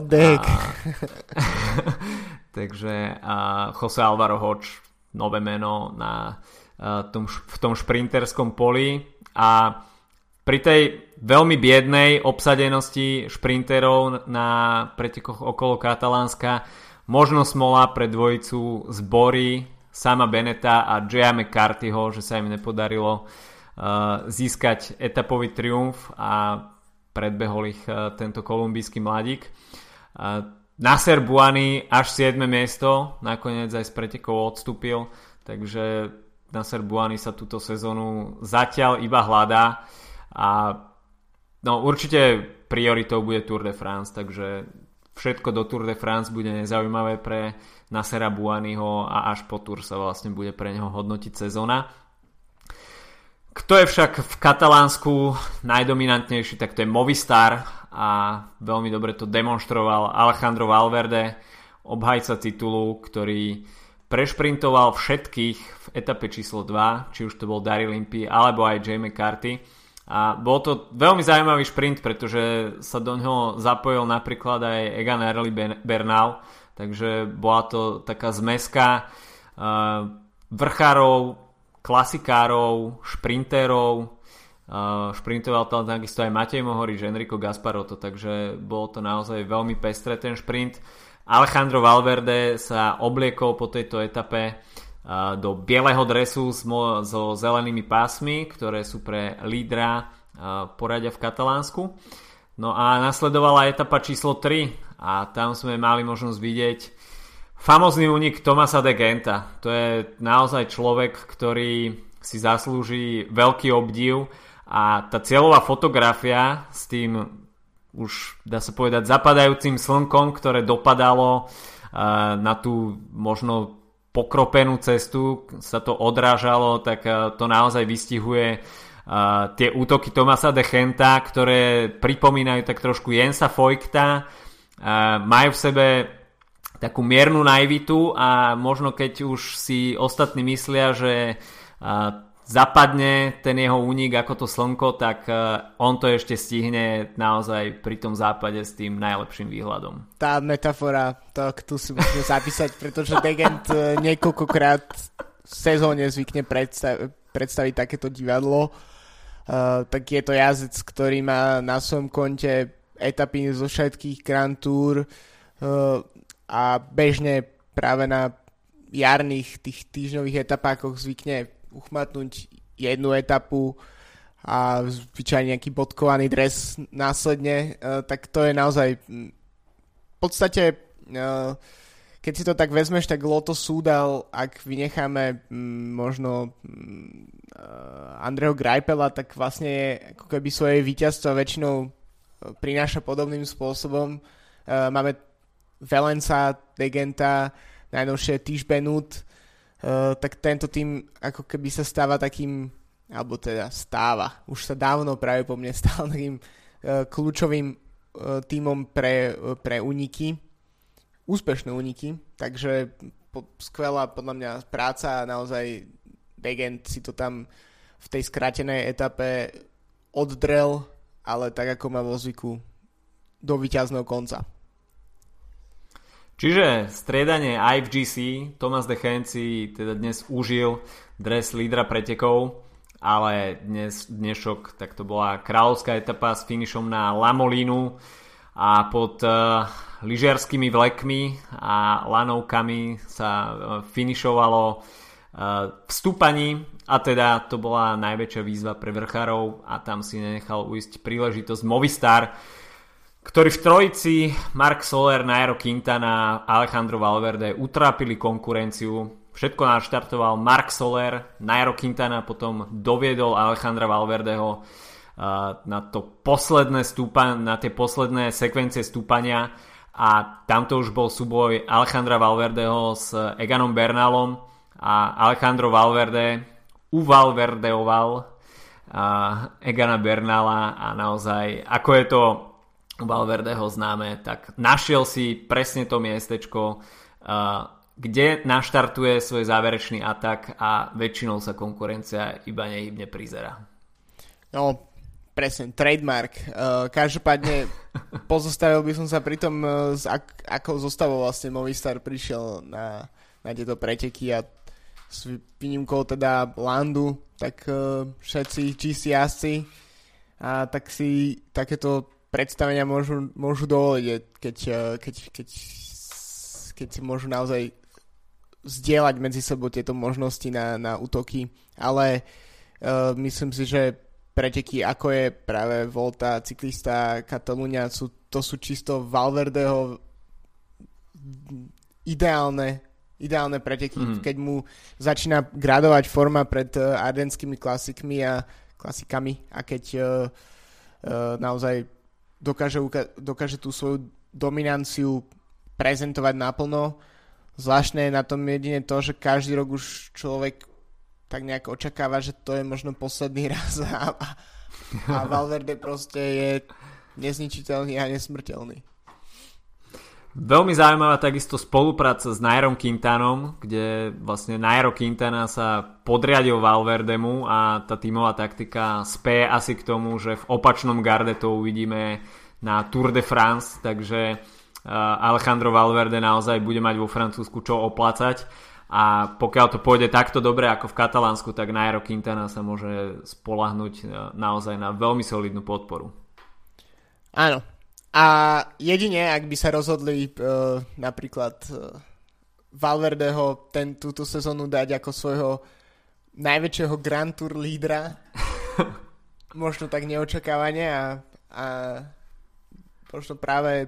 Takže José Álvaro Hoč, nové meno v tom šprinterskom poli, a pri tej veľmi biednej obsadenosti šprinterov na pretekoch okolo Katalánska možno smola pre dvojicu z Bory, Sama Beneta a Jaya McCarthyho, že sa im nepodarilo získať etapový triumf a predbehol ich tento kolumbijský mladík. Nasser Bouhanni až 7. miesto, nakoniec aj z pretekov odstúpil, takže Nasser Bouhanni sa túto sezónu zatiaľ iba hľadá, a no, určite prioritou bude Tour de France, takže všetko do Tour de France bude nezaujímavé pre Nassera Bouhanniho a až po Tour sa vlastne bude pre neho hodnotiť sezóna. Kto je však v Katalánsku najdominantnejší, tak to je Movistar, a veľmi dobre to demonstroval Alejandro Valverde, obhajca titulu, ktorý prešprintoval všetkých v etape číslo 2, či už to bol Daryl Impey alebo aj Jay McCarthy, A bol to veľmi zaujímavý šprint, pretože sa do ňoho zapojil napríklad aj Egan Bernal, takže bola to taká zmeska vrchárov, klasikárov, šprintérov. Šprintoval tam takisto aj Matej Mohorič, Enrico Gasparotto, takže bolo to naozaj veľmi pestré ten šprint. Alejandro Valverde sa obliekol po tejto etape do bieleho dresu so zelenými pásmi, ktoré sú pre lídra poradia v Katalánsku. No a nasledovala etapa číslo 3 a tam sme mali možnosť vidieť famózny únik Thomasa de Genta. To je naozaj človek, ktorý si zaslúži veľký obdiv a tá cieľová fotografia s tým už dá sa povedať zapadajúcim slnkom, ktoré dopadalo na tú možno pokropenú cestu, sa to odrážalo, tak to naozaj vystihuje tie útoky Thomasa de Genta, ktoré pripomínajú tak trošku Jensa Voigta, majú v sebe takú miernu naivitu a možno keď už si ostatní myslia, že zapadne ten jeho únik ako to slnko, tak on to ešte stihne naozaj pri tom západe s tým najlepším výhľadom. Tá metafora, tak tu si musíme zapísať, pretože De Gent niekoľkokrát v sezóne zvykne predstaviť takéto divadlo. Tak je to jazdec, ktorý má na svojom konte etapy zo všetkých Grand Tour a bežne práve na jarných tých týždňových etapákoch zvykne uchmatnúť jednu etapu a zvyčajne nejaký bodkovaný dres následne, tak to je naozaj v podstate, keď si to tak vezmeš, tak Lotto Soudal, ak vynecháme možno Andreho Greipela, tak vlastne je ako keby svoje víťazstvo väčšinou prináša podobným spôsobom. Máme Valenca, De Genta, najnovšie Tish Benoot, tak tento tým ako keby sa stáva takým, alebo teda stáva, už sa dávno práve po mne stal takým kľúčovým tímom pre úniky, úspešné úniky, takže skvelá podľa mňa práca a naozaj De Gent si to tam v tej skrátenej etape oddrel, ale tak ako má vo zvyku do víťazného konca. Čiže striedanie IFGC, Thomas de Gent si teda dnes užil dres lídra pretekov, ale dnešok tak to bola kráľovská etapa s finišom na La Molinu a pod lyžiarskými vlekmi a lanovkami sa finišovalo v stúpaní a teda to bola najväčšia výzva pre vrchárov a tam si nenechal uísť príležitosť Movistar, ktorí v trojici Marc Soler, Nairo Quintana a Alejandro Valverde utrápili konkurenciu. Všetko naštartoval Marc Soler, Nairo Quintana potom doviedol Alejandra Valverdeho na tie posledné sekvencie stúpania a tamto už bol súboj Alejandra Valverdeho s Eganom Bernalom a Alejandro Valverde uvalverdeoval Egana Bernala a naozaj, ako je to Valverdeho známe, tak našiel si presne to miestečko, kde naštartuje svoj záverečný atak a väčšinou sa konkurencia iba nehybne prizerá. No, presne, trademark. Každopádne pozostavil by som sa pri tom, ako zostavou vlastne Movistar prišiel na tieto preteky a s výnimkou teda Landu, tak všetci GC jazdci a tak si takéto predstavenia môžu dovoliť, keď si môžu naozaj zdieľať medzi sebou tieto možnosti na útoky, ale myslím si, že preteky ako je práve Volta, cyklista Katalúňa, to sú čisto Valverdeho ideálne preteky, keď mu začína gradovať forma pred ardenskými klasikami a keď naozaj dokáže tú svoju dominanciu prezentovať naplno. Zvláštne je na tom jedine to, že každý rok už človek tak nejak očakáva, že to je možno posledný raz a Valverde proste je nezničiteľný a nesmrteľný. Veľmi zaujímavá takisto spolupráca s Nairom Quintanom, kde vlastne Nairo Quintana sa podriadil Valverdemu a tá tímová taktika speje asi k tomu, že v opačnom garde to uvidíme na Tour de France, takže Alejandro Valverde naozaj bude mať vo Francúzsku čo oplácať a pokiaľ to pôjde takto dobre ako v Katalánsku, tak Nairo Quintana sa môže spoľahnúť naozaj na veľmi solidnú podporu. Áno. A jedine, ak by sa rozhodli napríklad Valverdeho túto sezónu dať ako svojho najväčšieho Grand Tour lídra, možno tak neočakávane a možno práve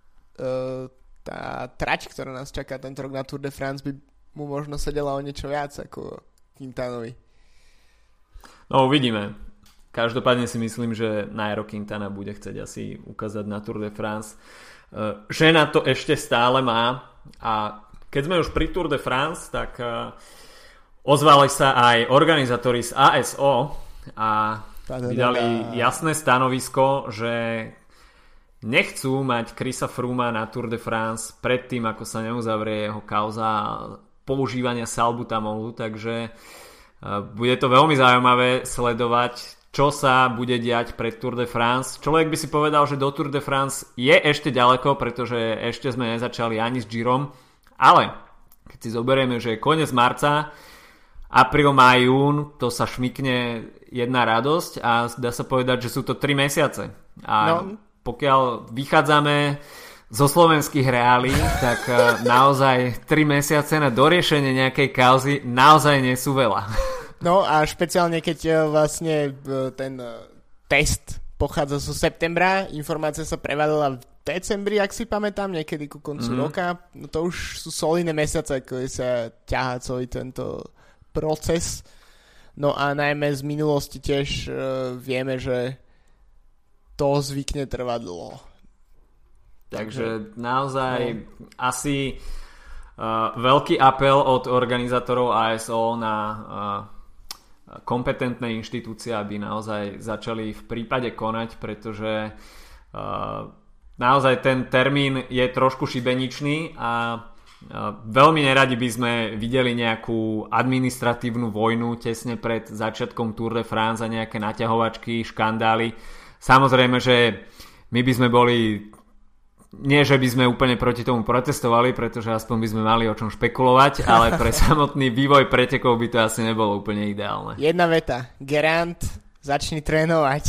tá trať, ktorá nás čaká tento rok na Tour de France, by mu možno sedela o niečo viac ako Quintanovi. No uvidíme. Každopádne si myslím, že Nairo Quintana bude chcieť asi ukázať na Tour de France. Že na to ešte stále má. A keď sme už pri Tour de France, tak ozvali sa aj organizátori z ASO a vydali jasné stanovisko, že nechcú mať Chrisa Frooma na Tour de France predtým, ako sa neuzavrie jeho kauza používania salbutamolu, takže bude to veľmi zaujímavé sledovať, čo sa bude diať pred Tour de France. Človek by si povedal, že do Tour de France je ešte ďaleko, pretože ešte sme nezačali ani s Girom, ale keď si zoberieme, že je koniec marca, apríl, máj, jún, to sa šmykne jedna radosť a dá sa povedať, že sú to 3 mesiace. A pokiaľ vychádzame zo slovenských reálí, tak naozaj 3 mesiace na doriešenie nejakej kauzy naozaj nie sú veľa. No a špeciálne keď vlastne ten test pochádza zo septembra, informácia sa prevalila v decembri, ak si pamätám, niekedy ku koncu roka, no to už sú solidné mesiace, ako sa ťahá celý tento proces. No a najmä z minulosti tiež vieme, že to zvykne trvať dlho. Takže naozaj asi veľký apel od organizátorov ASO na kompetentné inštitúcie, aby naozaj začali v prípade konať, pretože naozaj ten termín je trošku šibeničný a veľmi neradi by sme videli nejakú administratívnu vojnu tesne pred začiatkom Tour de France a nejaké naťahovačky, škandály. Samozrejme, že my by sme boli, nie že by sme úplne proti tomu protestovali, pretože aspoň by sme mali o čom špekulovať, ale pre samotný vývoj pretekov by to asi nebolo úplne ideálne. Jedna veta. Gerant, začni trénovať.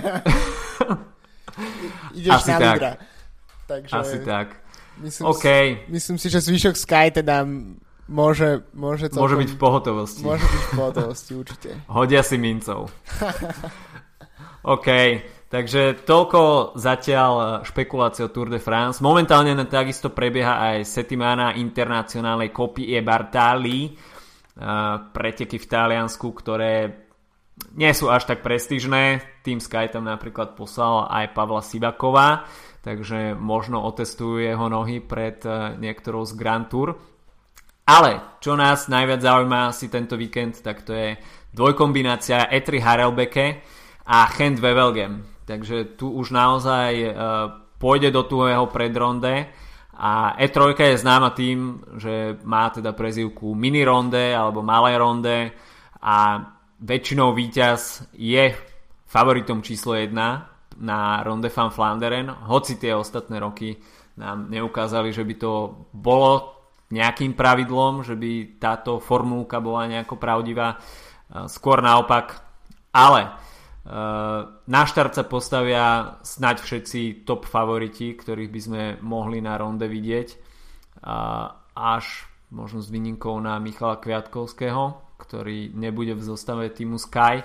Ideš asi na tak. lídra. Takže asi tak. Myslím si, že zvyšok Sky teda môže byť v pohotovosti. Môže byť v pohotovosti, určite. Hodia si mincov. OK, takže toľko zatiaľ špekulácie o Tour de France. Momentálne takisto prebieha aj Settimana Internazionale Coppi e Bartali, preteky v Taliansku, ktoré nie sú až tak prestížne. Team Sky tam napríklad poslal aj Pavla Sivakova, takže možno otestujú jeho nohy pred niektorou z Grand Tour. Ale čo nás najviac zaujíma asi tento víkend, tak to je dvojkombinácia Etri Harelbeke a Gent Wevelgem. Takže tu už naozaj pôjde do tuhého predronde a E3 je známa tým, že má teda prezývku mini ronde alebo malé ronde a väčšinou víťaz je favoritom číslo 1 na Ronde van Vlaanderen, hoci tie ostatné roky nám neukázali, že by to bolo nejakým pravidlom, že by táto formulka bola nejako pravdivá, skôr naopak, ale na štart sa postavia snáď všetci top favoriti, ktorých by sme mohli na ronde vidieť, až možno s výnimkou na Michala Kviatkovského, ktorý nebude v zostave týmu Sky.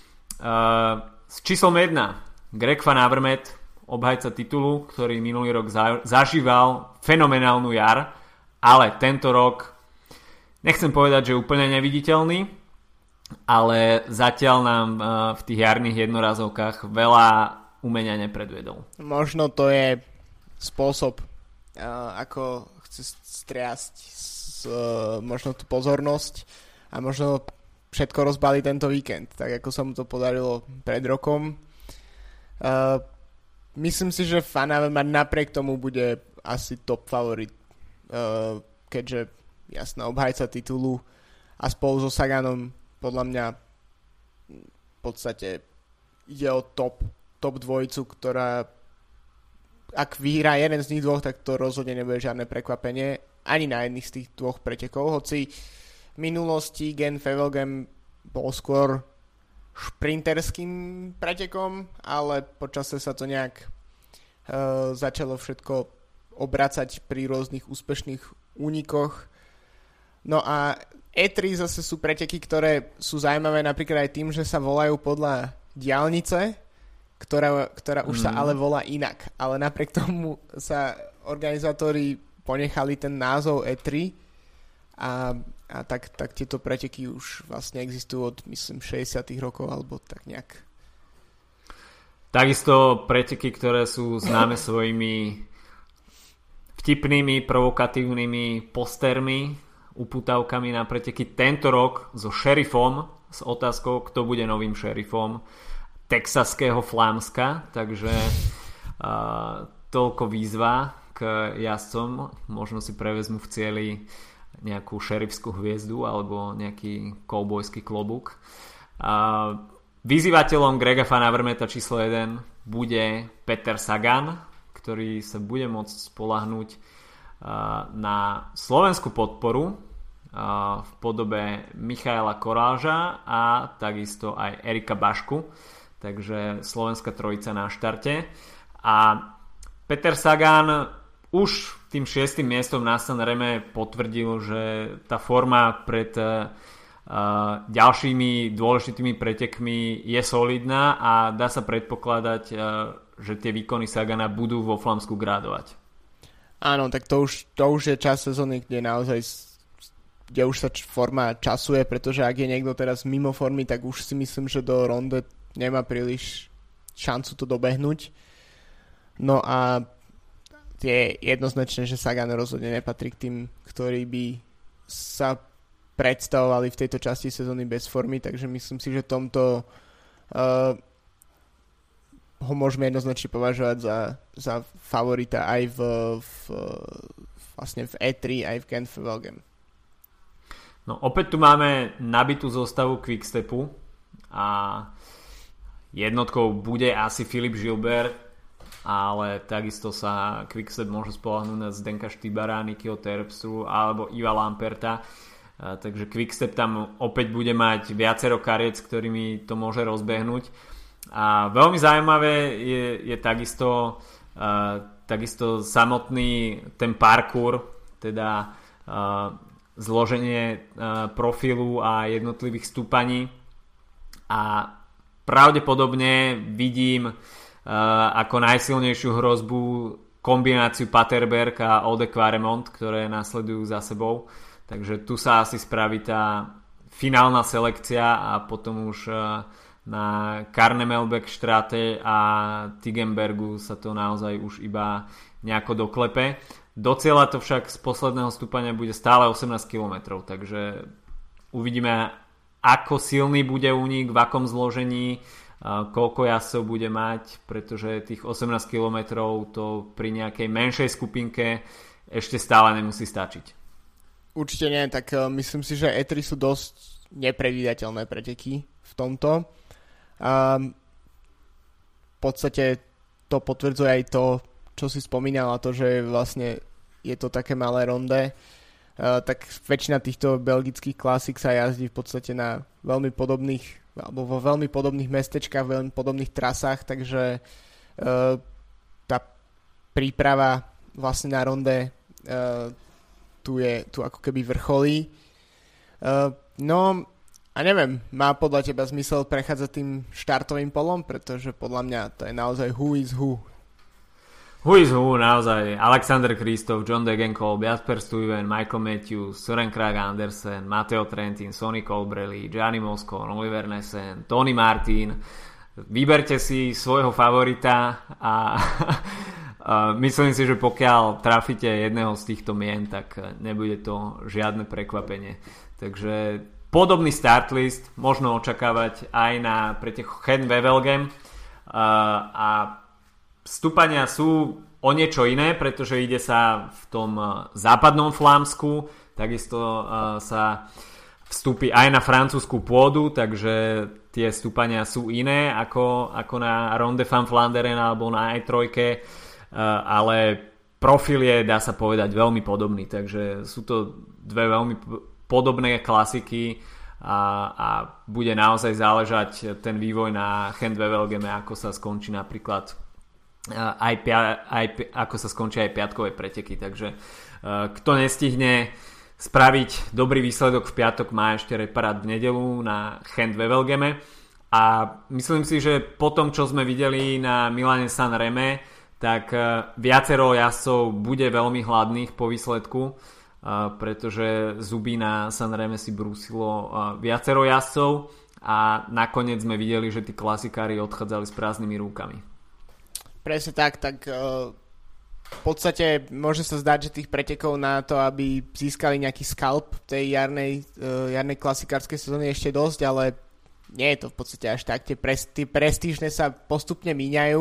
S číslom 1 Greg van Avermaet, obhajca titulu, ktorý minulý rok zažíval fenomenálnu jar, ale tento rok nechcem povedať, že úplne neviditeľný, ale zatiaľ nám v tých jarných jednorazovkách veľa umenia nepredvedol. Možno to je spôsob, ako chce striasť možno tú pozornosť a možno všetko rozbalí tento víkend, tak ako sa mu to podarilo pred rokom. Myslím si, že Van Avermaet napriek tomu bude asi top favorit, keďže jasná obhajca titulu a spolu so Saganom podľa mňa v podstate ide o top dvojicu, ktorá ak vyhrá jeden z nich dvoch, tak to rozhodne nebude žiadne prekvapenie ani na jedných z tých dvoch pretekov, hoci v minulosti Gent Wevelgem bol skôr šprinterským pretekom, ale počasie sa to nejak začalo všetko obracať pri rôznych úspešných únikoch. No a E3 zase sú preteky, ktoré sú zaujímavé napríklad aj tým, že sa volajú podľa diaľnice, ktorá už sa ale volá inak. Ale napriek tomu sa organizátori ponechali ten názov E3 a tak tieto preteky už vlastne existujú od, myslím, 60. rokov alebo tak nejak. Takisto preteky, ktoré sú známe svojimi vtipnými, provokatívnymi postermi, uputavkami na preteky tento rok so šerifom, s otázkou, kto bude novým šerifom texaského Flámska, takže toľko výzva k jazdcom, možno si prevezmu v cieli nejakú šerifskú hviezdu alebo nejaký koubojský klobúk. Vyzývateľom Grega Van Avermaeta číslo 1 bude Peter Sagan, ktorý sa bude môcť spoľahnúť na slovenskú podporu v podobe Michaela Koráža a takisto aj Erika Bašku, takže slovenská trojica na štarte. A Peter Sagan už tým 6. miestom na Sanreme potvrdil, že tá forma pred ďalšími dôležitými pretekmi je solidná a dá sa predpokladať, že tie výkony Sagana budú vo Flámsku gradovať. Áno, tak to už je čas sezóny, kde už sa forma časuje, pretože ak je niekto teraz mimo formy, tak už si myslím, že do ronde nemá príliš šancu to dobehnúť. No a je jednoznačné, že Sagan rozhodne nepatrí k tým, ktorí by sa predstavovali v tejto časti sezóny bez formy, takže myslím si, že tomto ho môžeme jednoznačne považovať za favorita aj vlastne v E3, aj v Gent Wevelgem. No opäť tu máme nabitú zostavu Quickstepu a jednotkou bude asi Filip Gilbert, ale takisto sa Quickstep môže spoľahnúť na Zdenka Štybara, Nikyho Terpstru alebo Iva Lamperta, takže Quickstep tam opäť bude mať viacero kariet, s ktorými to môže rozbehnúť. A veľmi zaujímavé je takisto samotný ten parkour, teda zloženie profilu a jednotlivých stúpaní a pravdepodobne vidím ako najsilnejšiu hrozbu kombináciu Paterberg a Ode Quaremont, ktoré nasledujú za sebou, takže tu sa asi spraví tá finálna selekcia a potom už na Karnemelbeck-Stráte a Tigenbergu sa to naozaj už iba nejako doklepe. Do cieľa to však z posledného stúpania bude stále 18 km, takže uvidíme, ako silný bude únik, v akom zložení, koľko jazdcov bude mať, pretože tých 18 km to pri nejakej menšej skupinke ešte stále nemusí stačiť. Určite nie, tak myslím si, že E3 sú dosť nepredvídateľné preteky v tomto. V podstate to potvrdzuje aj to, čo si spomínala, to, že vlastne je to také malé ronde, tak väčšina týchto belgických klasík sa jazdí v podstate na veľmi podobných, alebo vo veľmi podobných mestečkách, veľmi podobných trasách, takže tá príprava vlastne na ronde tu ako keby vrcholí. No a neviem, má podľa teba zmysel prechádzať tým štartovým polom, pretože podľa mňa to je naozaj who is who. Who is who, naozaj. Alexander Kristoff, John Degenkolb, Jasper Stuyven, Michael Matthews, Søren Kragh Andersen, Matteo Trentin, Sonny Colbrelli, Gianni Moscon, Oliver Nessen, Tony Martin. Vyberte si svojho favorita a myslím si, že pokiaľ trafíte jedného z týchto mien, tak nebude to žiadne prekvapenie. Takže podobný start list možno očakávať aj na preteku Gent Wevelgem a stúpania sú o niečo iné, pretože ide sa v tom západnom Flámsku, takisto sa vstúpi aj na francúzsku pôdu, takže tie stúpania sú iné ako na Ronde van Vlaanderen alebo na E3, ale profil je, dá sa povedať, veľmi podobný, takže sú to dve veľmi podobné klasiky a bude naozaj záležať ten vývoj na Gent-Wevelgeme, ako sa skončí napríklad ako sa skončia aj piatkové preteky, takže kto nestihne spraviť dobrý výsledok v piatok, má ešte reparát v nedeľu na Gent-Wevelgeme a myslím si, že po tom, čo sme videli na Milane San Reme, tak viacero jazdcov bude veľmi hladných po výsledku, pretože zuby na San Reme si brúsilo viacero jazdcov a nakoniec sme videli, že tí klasikári odchádzali s prázdnymi rukami. Presne tak v podstate môže sa zdať, že tých pretekov na to, aby získali nejaký skalp tej jarnej klasikárskej sezóny ešte dosť, ale nie je to v podstate až tak. Tie prestížne sa postupne míňajú,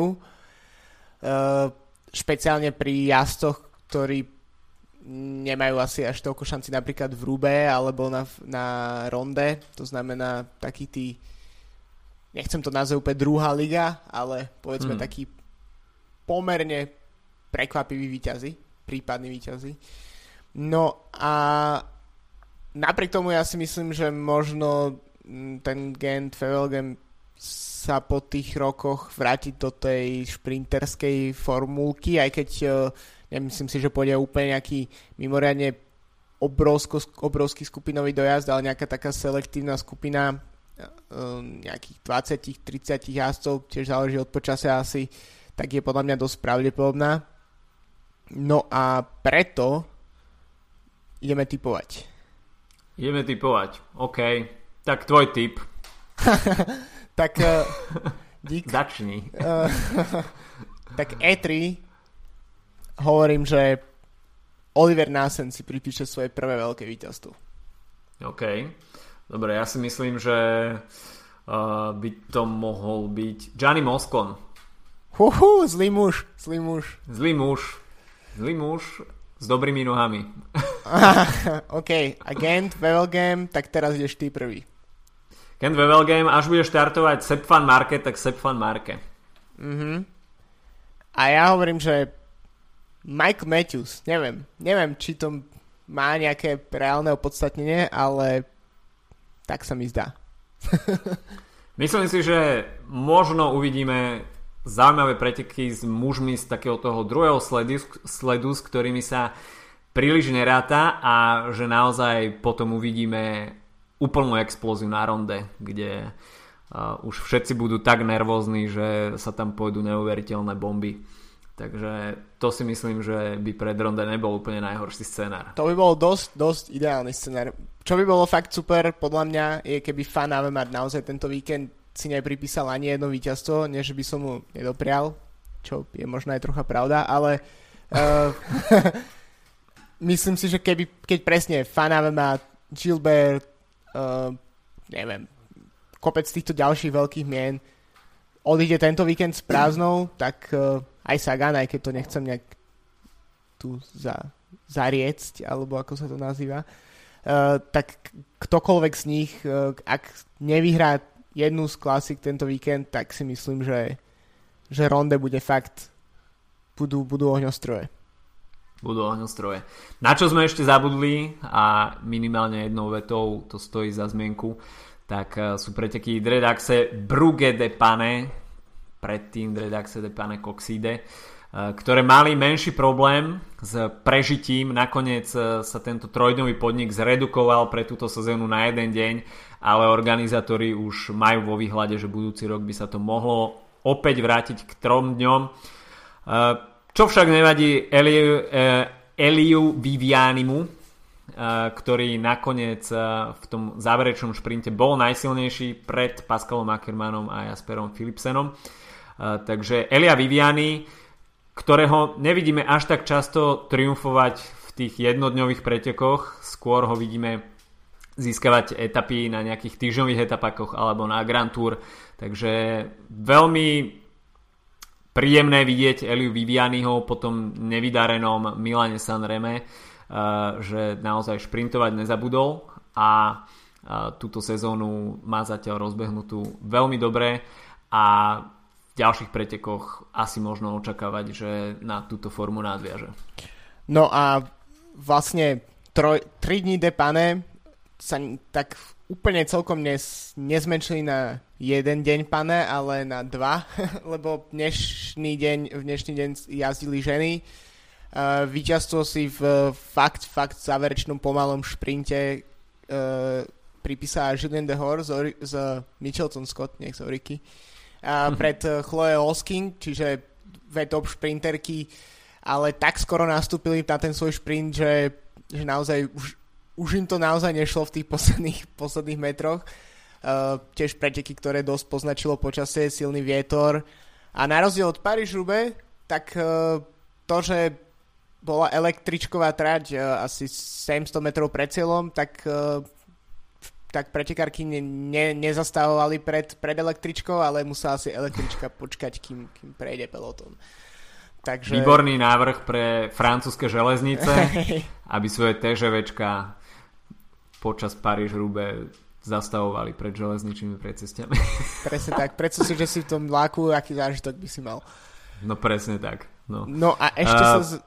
špeciálne pri jazdcoch, ktorí nemajú asi až toľko šanci napríklad v Rube alebo na Ronde, to znamená taký tí, nechcem to nazvať úplne druhá liga, ale povedzme taký pomerne prekvapiví víťazi, prípadní víťazi. No a napriek tomu ja si myslím, že možno ten Gent-Wevelgem sa po tých rokoch vrátiť do tej šprinterskej formulky, aj keď nemyslím si, že pôjde úplne nejaký mimoriadne obrovský skupinový dojazd, ale nejaká taká selektívna skupina nejakých 20-30 jazdcov, tiež záleží od počasia asi, tak je podľa mňa dosť pravdepodobná. No a preto ideme tipovať. OK. Tak tvoj tip. Tak dík. Začni. Tak E3 hovorím, že Oliver Naesen si pripíše svoje prvé veľké víťazstvo. OK. Dobre, ja si myslím, že by to mohol byť Gianni Moscon. Zlý muž. Zlý muž s dobrými nohami. OK, a Gent-Wevelgem, tak teraz ideš ty prvý. Gent-Wevelgem, až bude štartovať Sepp van Marke, tak Sepp van Marke. A ja hovorím, že Michael Matthews, neviem, či to má nejaké reálne opodstatnenie, ale tak sa mi zdá. Myslím si, že možno uvidíme zaujímavé preteky s mužmi z takého toho druhého sledu, s ktorými sa príliš neráta a že naozaj potom uvidíme úplnú explóziu na ronde, kde už všetci budú tak nervózni, že sa tam pôjdu neuveriteľné bomby. Takže to si myslím, že by pred ronde nebol úplne najhorší scenár. To by bol dosť ideálny scenár. Čo by bolo fakt super, podľa mňa, je keby Van Avermaet naozaj tento víkend si nepripísal ani jedno víťazstvo, než by som mu nedoprial, čo je možno aj trocha pravda, ale myslím si, že keď presne Van Avermaet, Gilbert, neviem, kopec týchto ďalších veľkých mien odíde tento víkend s prázdnou, tak aj Sagan, aj keď to nechcem nejak tu zariecť, alebo ako sa to nazýva, tak ktokoľvek z nich, ak nevyhrá jednu z klasik tento víkend, tak si myslím, že ronde bude fakt budú ohňostroje. Budú ohňostroje. Na čo sme ešte zabudli a minimálne jednou vetou to stojí za zmienku, tak sú preteky Dredaxe Brugge de Pane, predtým Dredaxe de Pane Coxide, ktoré mali menší problém s prežitím. Nakoniec sa tento trojdňový podnik zredukoval pre túto sezónu na jeden deň, ale organizátori už majú vo výhľade, že budúci rok by sa to mohlo opäť vrátiť k 3 dňom. Čo však nevadí Eliu Vivianimu, ktorý nakoniec v tom záverečnom šprinte bol najsilnejší pred Pascalom Ackermannom a Jasperom Philipsenom. Takže Elia Viviani, ktorého nevidíme až tak často triumfovať v tých jednodňových pretekoch, skôr ho vidíme získavať etapy na nejakých týždňových etapakoch alebo na Grand Tour. Takže veľmi príjemné vidieť Eliu Vivianiho po tom nevydarenom Milane Sanreme, že naozaj šprintovať nezabudol a túto sezónu má zatiaľ rozbehnutú veľmi dobre a v ďalších pretekoch asi možno očakávať, že na túto formu nadviaže. No a vlastne 3 dní de Pane sa tak úplne celkom nezmenšili na jeden deň Pane, ale na 2, lebo v dnešný deň jazdili ženy. Víťazstvo si v fakt záverečnom pomalom šprinte pripísala Julien de Hoor z Mitchelton Scott, nech z Oriky. Pred Chloe Hosking, čiže dve top šprinterky, ale tak skoro nastúpili na ten svoj šprint, že naozaj už im to naozaj nešlo v tých posledných metroch. Tiež preteky, ktoré dosť poznačilo počasie, silný vietor. A na rozdiel od Paríž-Roubaix, tak to, že bola električková trať asi 700 metrov pred cieľom, tak pretekárky nezastavovali pred električkou, ale musela si električka počkať, kým prejde pelotón. Takže... Výborný návrh pre francúzske železnice, aby svoje TŽVčka počas Paríž-Roubaix zastavovali pred železničnými predcestiami. Presne tak, predstav si, že si v tom vláku, aký zážitok by si mal. No presne tak. No a ešte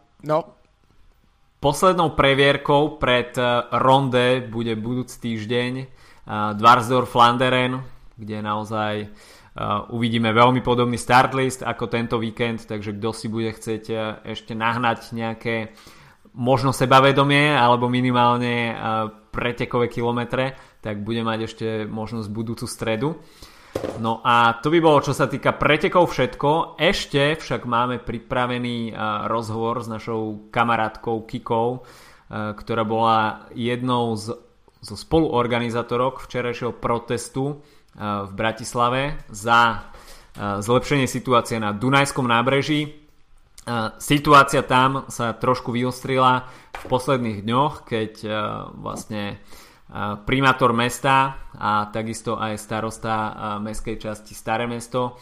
Poslednou previerkou pred Ronde bude budúci týždeň Dvarsdorf-Flanderen, kde naozaj uvidíme veľmi podobný startlist ako tento víkend, takže kto si bude chcieť ešte nahnať nejaké možno sebavedomie alebo minimálne pretekové kilometre, tak bude mať ešte možnosť budúcu stredu. No a to by bolo, čo sa týka pretekov, všetko. Ešte však máme pripravený rozhovor s našou kamarátkou Kikou, ktorá bola jednou zo spoluorganizátorok včerajšieho protestu v Bratislave za zlepšenie situácie na Dunajskom nábreží. Situácia tam sa trošku vyostrila v posledných dňoch, keď vlastne primátor mesta a takisto aj starosta mestskej časti Staré mesto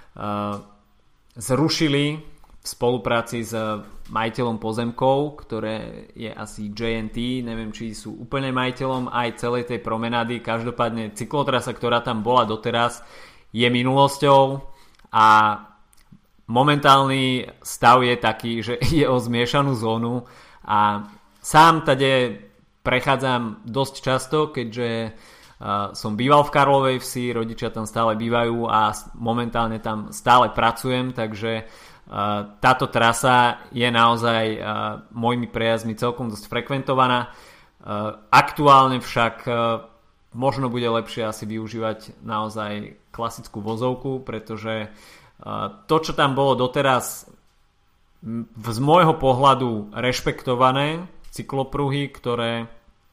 zrušili v spolupráci s majiteľom pozemkov, ktoré je asi JNT, neviem či sú úplne majiteľom aj celej tej promenády, každopádne cyklotrasa, ktorá tam bola doteraz, je minulosťou a momentálny stav je taký, že ide o zmiešanú zónu a sám tady prechádzam dosť často, keďže som býval v Karlovej Vsi, rodičia tam stále bývajú a momentálne tam stále pracujem, takže táto trasa je naozaj mojimi prejazdmi celkom dosť frekventovaná. Aktuálne však možno bude lepšie asi využívať naozaj klasickú vozovku, pretože to, čo tam bolo doteraz z môjho pohľadu rešpektované cyklopruhy, ktoré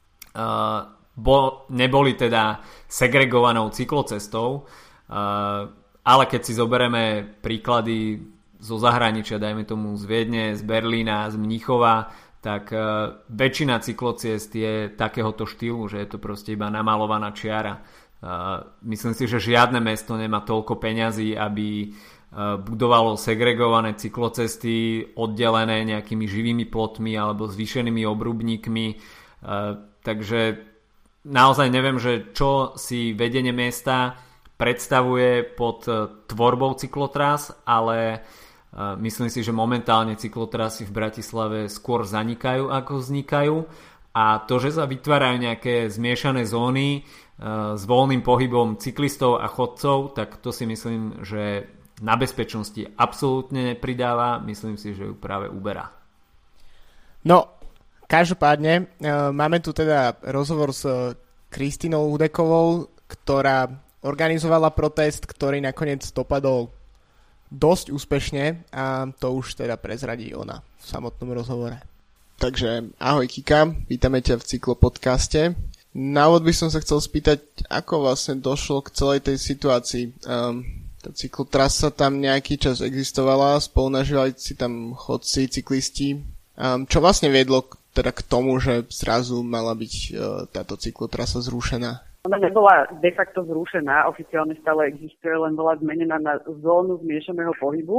neboli teda segregovanou cyklocestou, ale keď si zoberieme príklady zo zahraničia, dajme tomu z Viedne, z Berlína, z Mníchova, tak väčšina cyklociest je takéhoto štýlu, že je to proste iba namalovaná čiara. Myslím si, že žiadne mesto nemá toľko peňazí, aby budovalo segregované cyklocesty oddelené nejakými živými plotmi alebo zvýšenými obrubníkmi, takže naozaj neviem, že čo si vedenie mesta predstavuje pod tvorbou cyklotras, ale myslím si, že momentálne cyklotrasy v Bratislave skôr zanikajú ako vznikajú a to, že sa vytvárajú nejaké zmiešané zóny s voľným pohybom cyklistov a chodcov, tak to si myslím, že na bezpečnosti absolútne nepridáva, myslím si, že ju práve uberá. No, každopádne máme tu teda rozhovor s Kristínou Udekovou, ktorá organizovala protest, ktorý nakoniec dopadol dosť úspešne a to už teda prezradí ona v samotnom rozhovore. Takže ahoj Kika, vítame ťa v cyklopodcaste. Na úvod by som sa chcel spýtať, ako vlastne došlo k celej tej situácii. Tá cyklotrasa tam nejaký čas existovala, spolunažívali si tam chodci, cyklisti. Čo vlastne viedlo teda k tomu, že zrazu mala byť táto cyklotrasa zrušená? Ona nebola de facto zrušená, oficiálne stále existuje, len bola zmenená na zónu zmiešaného pohybu,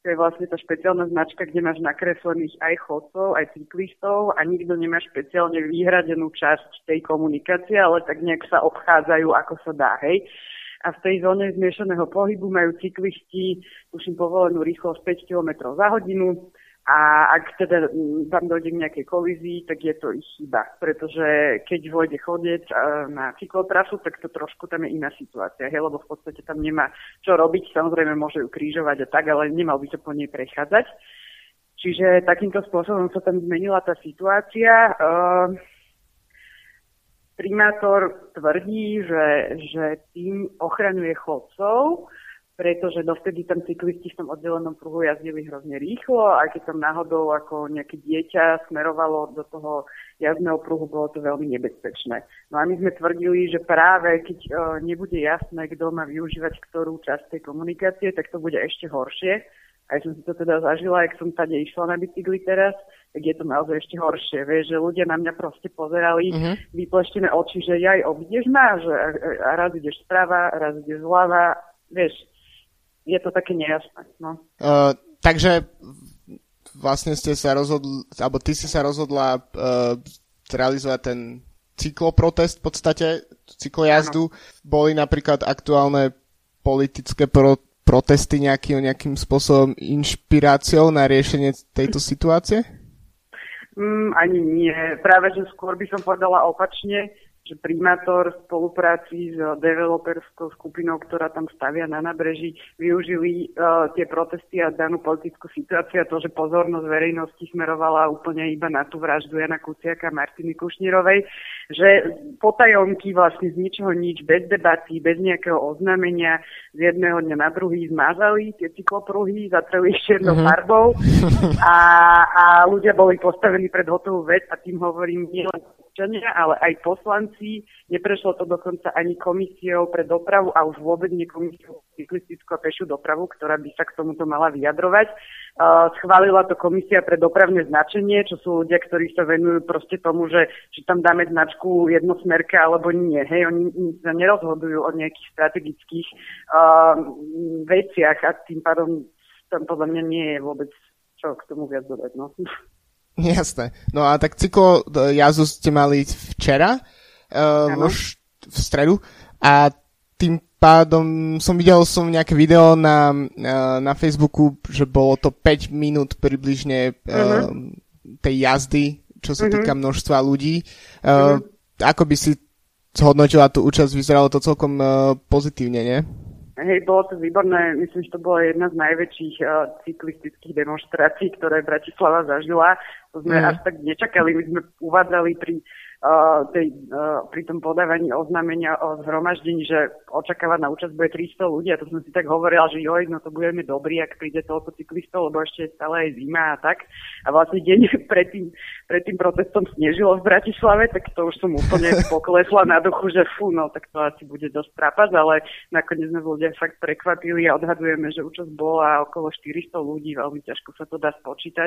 To je vlastne tá špeciálna značka, kde máš nakreslených aj chodcov, aj cyklistov a nikto nemá špeciálne vyhradenú časť tej komunikácie, ale tak nejak sa obchádzajú, ako sa dá, hej. A v tej zóne zmiešaného pohybu majú cyklisti, tuším, povolenú rýchlosť 5 km za hodinu a ak teda tam dojde k nejakej kolízii, tak je to ich chyba, pretože keď vôjde chodec na cyklotrasu, tak to trošku tam je iná situácia, hej, lebo v podstate tam nemá čo robiť, samozrejme môže ju krížovať a tak, ale nemal by to po nej prechádzať. Čiže takýmto spôsobom sa tam zmenila tá situácia. Primátor tvrdí, že tým ochraňuje chodcov, pretože dovtedy tam cyklisti v tom oddelenom pruhu jazdili hrozne rýchlo a keď tam náhodou ako nejaké dieťa smerovalo do toho jazdného pruhu, bolo to veľmi nebezpečné. No a my sme tvrdili, že práve keď nebude jasné, kto má využívať ktorú časť tej komunikácie, tak to bude ešte horšie. A ja som si to teda zažila, ak som tady išla na bicykli teraz, tak je to naozaj ešte horšie. Vieš, že ľudia na mňa proste pozerali vypleštené oči, že jaj, obídeš ma, že a raz ideš sprava, raz ideš zľava, vieš, je to také nejasné. No. Takže vlastne ste sa rozhodli, alebo ty si sa rozhodla realizovať ten cykloprotest v podstate, cyklojazdu. Ano. Boli napríklad aktuálne politické protesty nejakým spôsobom inšpiráciou na riešenie tejto situácie? Ani nie. Práve, že skôr by som povedala opačne, že primátor v spolupráci s developerskou skupinou, ktorá tam stavia na nábreží, využili tie protesty a danú politickú situáciu a to, že pozornosť verejnosti smerovala úplne iba na tú vraždu Jana Kuciaka a Martiny Kušnírovej, že potajomky vlastne z ničoho nič, bez debaty, bez nejakého oznámenia z jedného dňa na druhý zmazali tie cyklopruhy, zatreli čiernou farbou a ľudia boli postavení pred hotovú vec a tým hovorím nielen občania, ale aj poslanci. Neprešlo to dokonca ani komisiou pre dopravu a už vôbec nie komisiou cyklistickú a pešiu dopravu, ktorá by sa k tomuto mala vyjadrovať. Schválila to komisia pre dopravné značenie, čo sú ľudia, ktorí sa venujú proste tomu, že tam dáme značku jednosmerka alebo nie. Hej, oni sa nerozhodujú o nejakých strategických veciach a tým pádom tam podľa mňa nie je vôbec čo k tomu viac dodať. No. Jasné. No a tak cyklojazdu ste mali včera, v stredu a tým pádom som videl nejaké video na Facebooku, že bolo to 5 minút približne tej jazdy, čo sa týka množstva ľudí. Ako by si zhodnotila tú účasť? Vyzeralo to celkom pozitívne, nie? Hej, bolo to výborné. Myslím, že to bola jedna z najväčších cyklistických demonštrácií, ktoré Bratislava zažila. To sme až tak nečakali. My sme uvádzali pri tom podávaní oznámenia o zhromaždení, že očakávaná účasť bude 300 ľudí a to som si tak hovorila, že joj, no to budeme dobrí, ak príde toľko cyklistov, lebo ešte je stále aj zima a tak. A vlastne deň pred tým protestom snežilo v Bratislave, tak to už som úplne poklesla na duchu, že no tak to asi bude dosť trapas, ale nakoniec sme ľudia fakt prekvapili a odhadujeme, že účasť bola okolo 400 ľudí, veľmi ťažko sa to dá spočítať.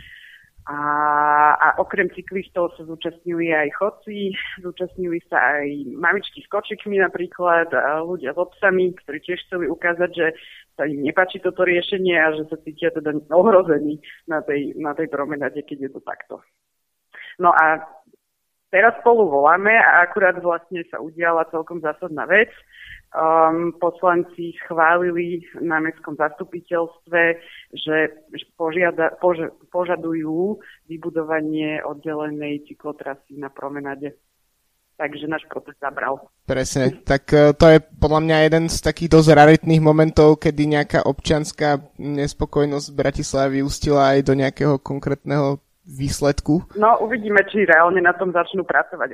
A okrem cyklistov sa zúčastnili aj chodci, zúčastnili sa aj mamičky s kočikmi napríklad, a ľudia s obsami, ktorí tiež chceli ukázať, že sa im nepáči toto riešenie a že sa cítia teda ohrození na tej promenáde, keď je to takto. No a teraz spolu voláme a akurát vlastne sa udiala celkom zásadná vec. Poslanci schválili na mestskom zastupiteľstve, že požadujú vybudovanie oddelenej cyklotrasy na promenáde. Takže náš protest zabral. Presne. Tak to je podľa mňa jeden z takých dosť raritných momentov, kedy nejaká občianská nespokojnosť v Bratislave vyústila aj do nejakého konkrétneho výsledku. No, uvidíme, či reálne na tom začnú pracovať.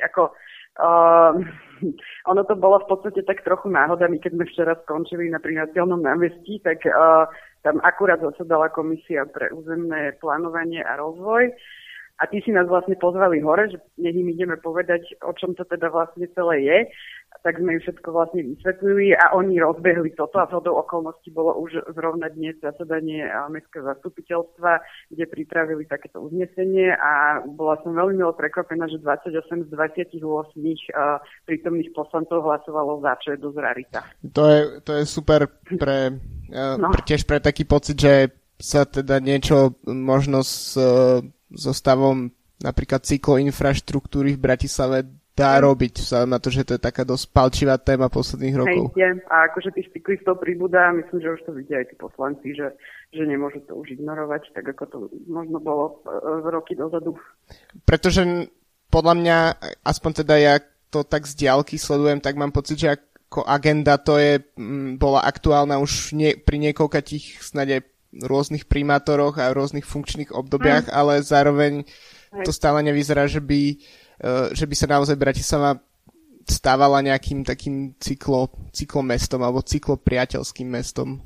Ono to bolo v podstate tak trochu náhoda. My keď sme včera skončili na Prinácielnom námestí, tak tam akurát zasadala komisia pre územné plánovanie a rozvoj. A tí si nás vlastne pozvali hore, že nech im ideme povedať, o čom to teda vlastne celé je. Tak sme im všetko vlastne vysvetlili a oni rozbehli toto a zhodou okolností bolo už zrovna dnes zasadanie mestského zastupiteľstva, kde pripravili takéto uznesenie a bola som veľmi milo prekvapená, že 28 z 28 prítomných poslancov hlasovalo za, čo je dosť rarita. To je super tiež pre taký pocit, že sa teda niečo možno so stavom napríklad cykloinfraštruktúry v Bratislave dá robiť, vzhľadom na to, že to je taká dosť palčivá téma posledných rokov. Hej, a akože tých cyklistov pribúda, myslím, že už to vidia aj tí poslanci, že nemôžu to už ignorovať, tak ako to možno bolo roky dozadu. Pretože podľa mňa, aspoň teda ja to tak z diaľky sledujem, tak mám pocit, že ako agenda to bola aktuálna už pri niekoľkých snade rôznych primátoroch a rôznych funkčných obdobiach, ale zároveň to stále nevyzerá, že by sa naozaj Bratislava stávala nejakým takým cyklomestom alebo cyklopriateľským mestom.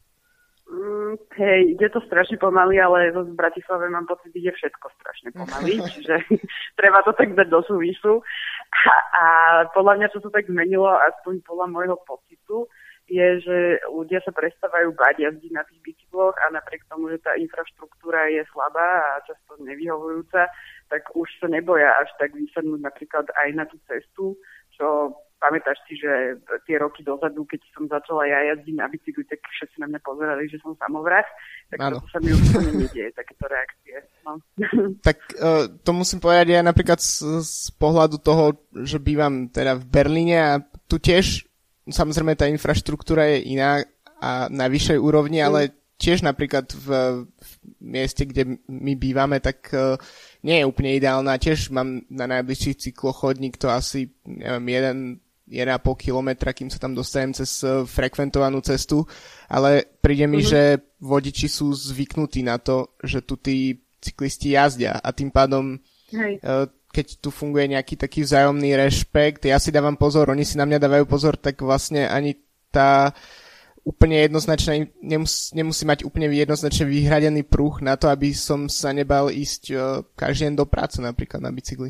Hej, ide to strašne pomaly, ale v Bratislave mám pocit, ide všetko strašne pomaly, čiže treba to tak dať do súvisu. A podľa mňa, čo sa tak zmenilo, aspoň podľa môjho pocitu, je, že ľudia sa prestávajú báť jazdiť na tých bicykloch a napriek tomu, že tá infraštruktúra je slabá a často nevyhovujúca, tak už sa neboja až tak vysadnúť napríklad aj na tú cestu, čo pamätáš si, že tie roky dozadu, keď som začala ja jazdiť na bicykli, tak všetci na mňa pozerali, že som samovrah, tak to sa mi už nedieje, takéto reakcie. No. Tak to musím povedať ja napríklad z pohľadu toho, že bývam teda v Berlíne a tu tiež samozrejme tá infraštruktúra je iná a na vyššej úrovni, ale tiež napríklad v mieste, kde my bývame, tak nie je úplne ideálna. Tiež mám na najbližší cyklochodník to asi, neviem, 1,5 kilometra, kým sa tam dostanem cez frekventovanú cestu, ale príde mi, že vodiči sú zvyknutí na to, že tu tí cyklisti jazdia a tým pádom keď tu funguje nejaký taký vzájomný rešpekt, ja si dávam pozor, oni si na mňa dávajú pozor, tak vlastne ani tá úplne jednoznačná, nemusí mať úplne jednoznačne vyhradený pruh na to, aby som sa nebal ísť každý deň do práce napríklad na bicykli.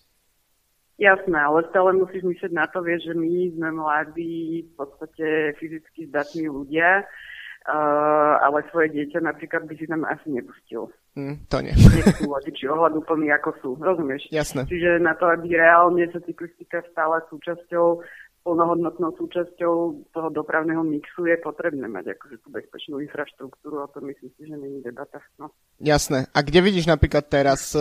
Jasné, ale stále musíš myslieť na to, vieš, že my sme mladí, v podstate fyzicky zdatní ľudia, ale svoje dieťa napríklad by si tam asi nepustil. To nie. Nechcú vodiči ohľaduplní ako sú, rozumieš? Jasné. Čiže na to, aby reálne sa cyklistika stala plnohodnotnou súčasťou toho dopravného mixu, je potrebné mať akože tú bezpečnú infraštruktúru, o tom myslím si, že není debata. No. Jasné. A kde vidíš napríklad teraz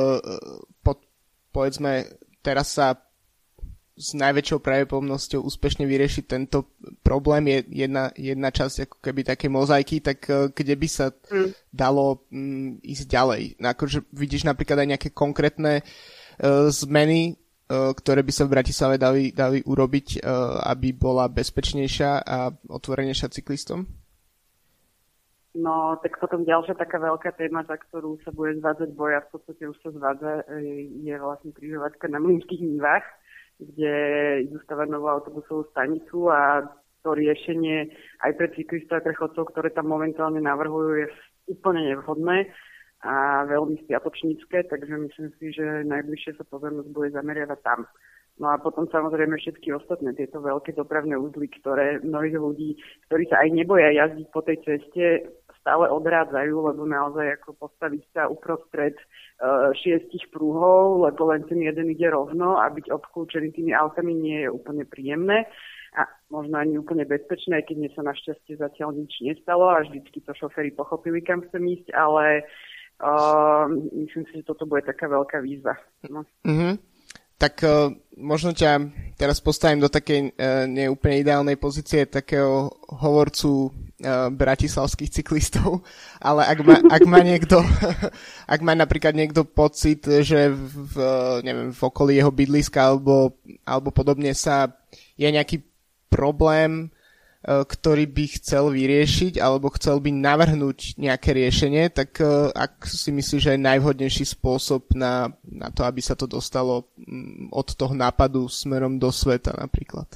povedzme, teraz sa s najväčšou pravdepodobnosťou úspešne vyriešiť tento problém, je jedna časť ako keby také mozaiky, tak kde by sa dalo ísť ďalej? Akože vidíš napríklad aj nejaké konkrétne zmeny, ktoré by sa v Bratislave dali urobiť, aby bola bezpečnejšia a otvorenejšia cyklistom? No, tak potom ďalšia taká veľká téma, za ktorú sa bude zvádzať boj a v podstate už sa zvádza, je vlastne križovatka na Mlynských nivách, kde idú stavať novú autobusovú stanicu a to riešenie aj pre cyklistov a pre chodcov, ktoré tam momentálne navrhujú, je úplne nevhodné a veľmi spiatočnícke, takže myslím si, že najbližšie sa pozornosť bude zameriavať tam. No a potom samozrejme všetky ostatné tieto veľké dopravné úzly, ktoré mnohých ľudí, ktorí sa aj neboja jazdiť po tej ceste, stále odrádzajú, lebo naozaj ako postaviť sa uprostred 6 prúhov, lebo len ten jeden ide rovno a byť obklúčený tými autami nie je úplne príjemné a možno ani úplne bezpečné, aj keď mne sa našťastie zatiaľ nič nestalo a vždycky to šoféri pochopili, kam chcem ísť, ale myslím si, že toto bude taká veľká výzva. No. Tak možno ťa teraz postavím do takej neúplne ideálnej pozície takého hovorcu bratislavských cyklistov, ale ak má niekto ak má napríklad niekto pocit, že v okolí jeho bydliska alebo podobne je nejaký problém, ktorý by chcel vyriešiť alebo chcel by navrhnúť nejaké riešenie, tak ak si myslíš, že je najvhodnejší spôsob na to, aby sa to dostalo od toho nápadu smerom do sveta napríklad?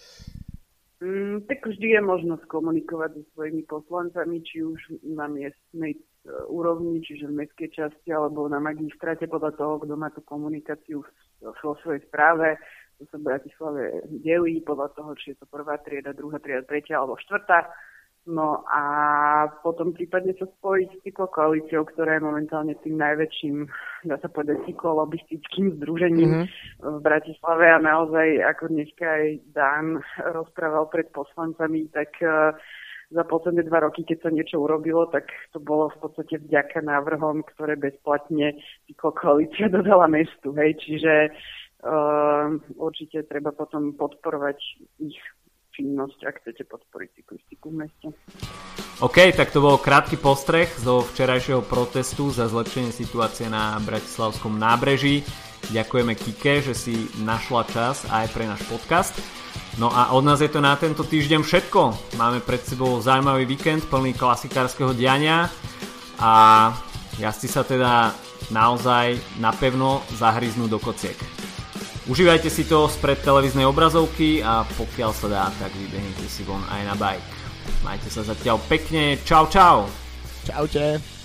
Tak vždy je možnosť komunikovať so svojimi poslancami, či už na miestnej úrovni, čiže v mestskej časti alebo na magistráte, podľa toho, kto má tú komunikáciu vo svojej správe. To sa v Bratislave delí podľa toho, či je to prvá trieda, druhá trieda, tretia alebo štvrtá. No a potom prípadne sa spojiť s cyklokoalíciou, ktorá je momentálne tým najväčším, dá sa povedať, cyklolobistickým združením v Bratislave a naozaj, ako dneska aj Dan rozprával pred poslancami, tak za posledné 2 roky, keď sa niečo urobilo, tak to bolo v podstate vďaka návrhom, ktoré bezplatne koalícia dodala mestu. Hej. Čiže určite treba potom podporovať ich činnosť, ak chcete podporiť cyklistiku v meste. OK, tak to bol krátky postreh zo včerajšieho protestu za zlepšenie situácie na Bratislavskom nábreží. Ďakujeme Kike, že si našla čas aj pre náš podcast. No a od nás je to na tento týždeň všetko. Máme pred sebou zaujímavý víkend plný klasikárskeho diania a jazdci sa teda naozaj napevno zahryznú do kociek. Užívajte si to spred televíznej obrazovky a pokiaľ sa dá, tak vybehnite si von aj na bike. Majte sa zatiaľ pekne. Čau, čau. Čaute.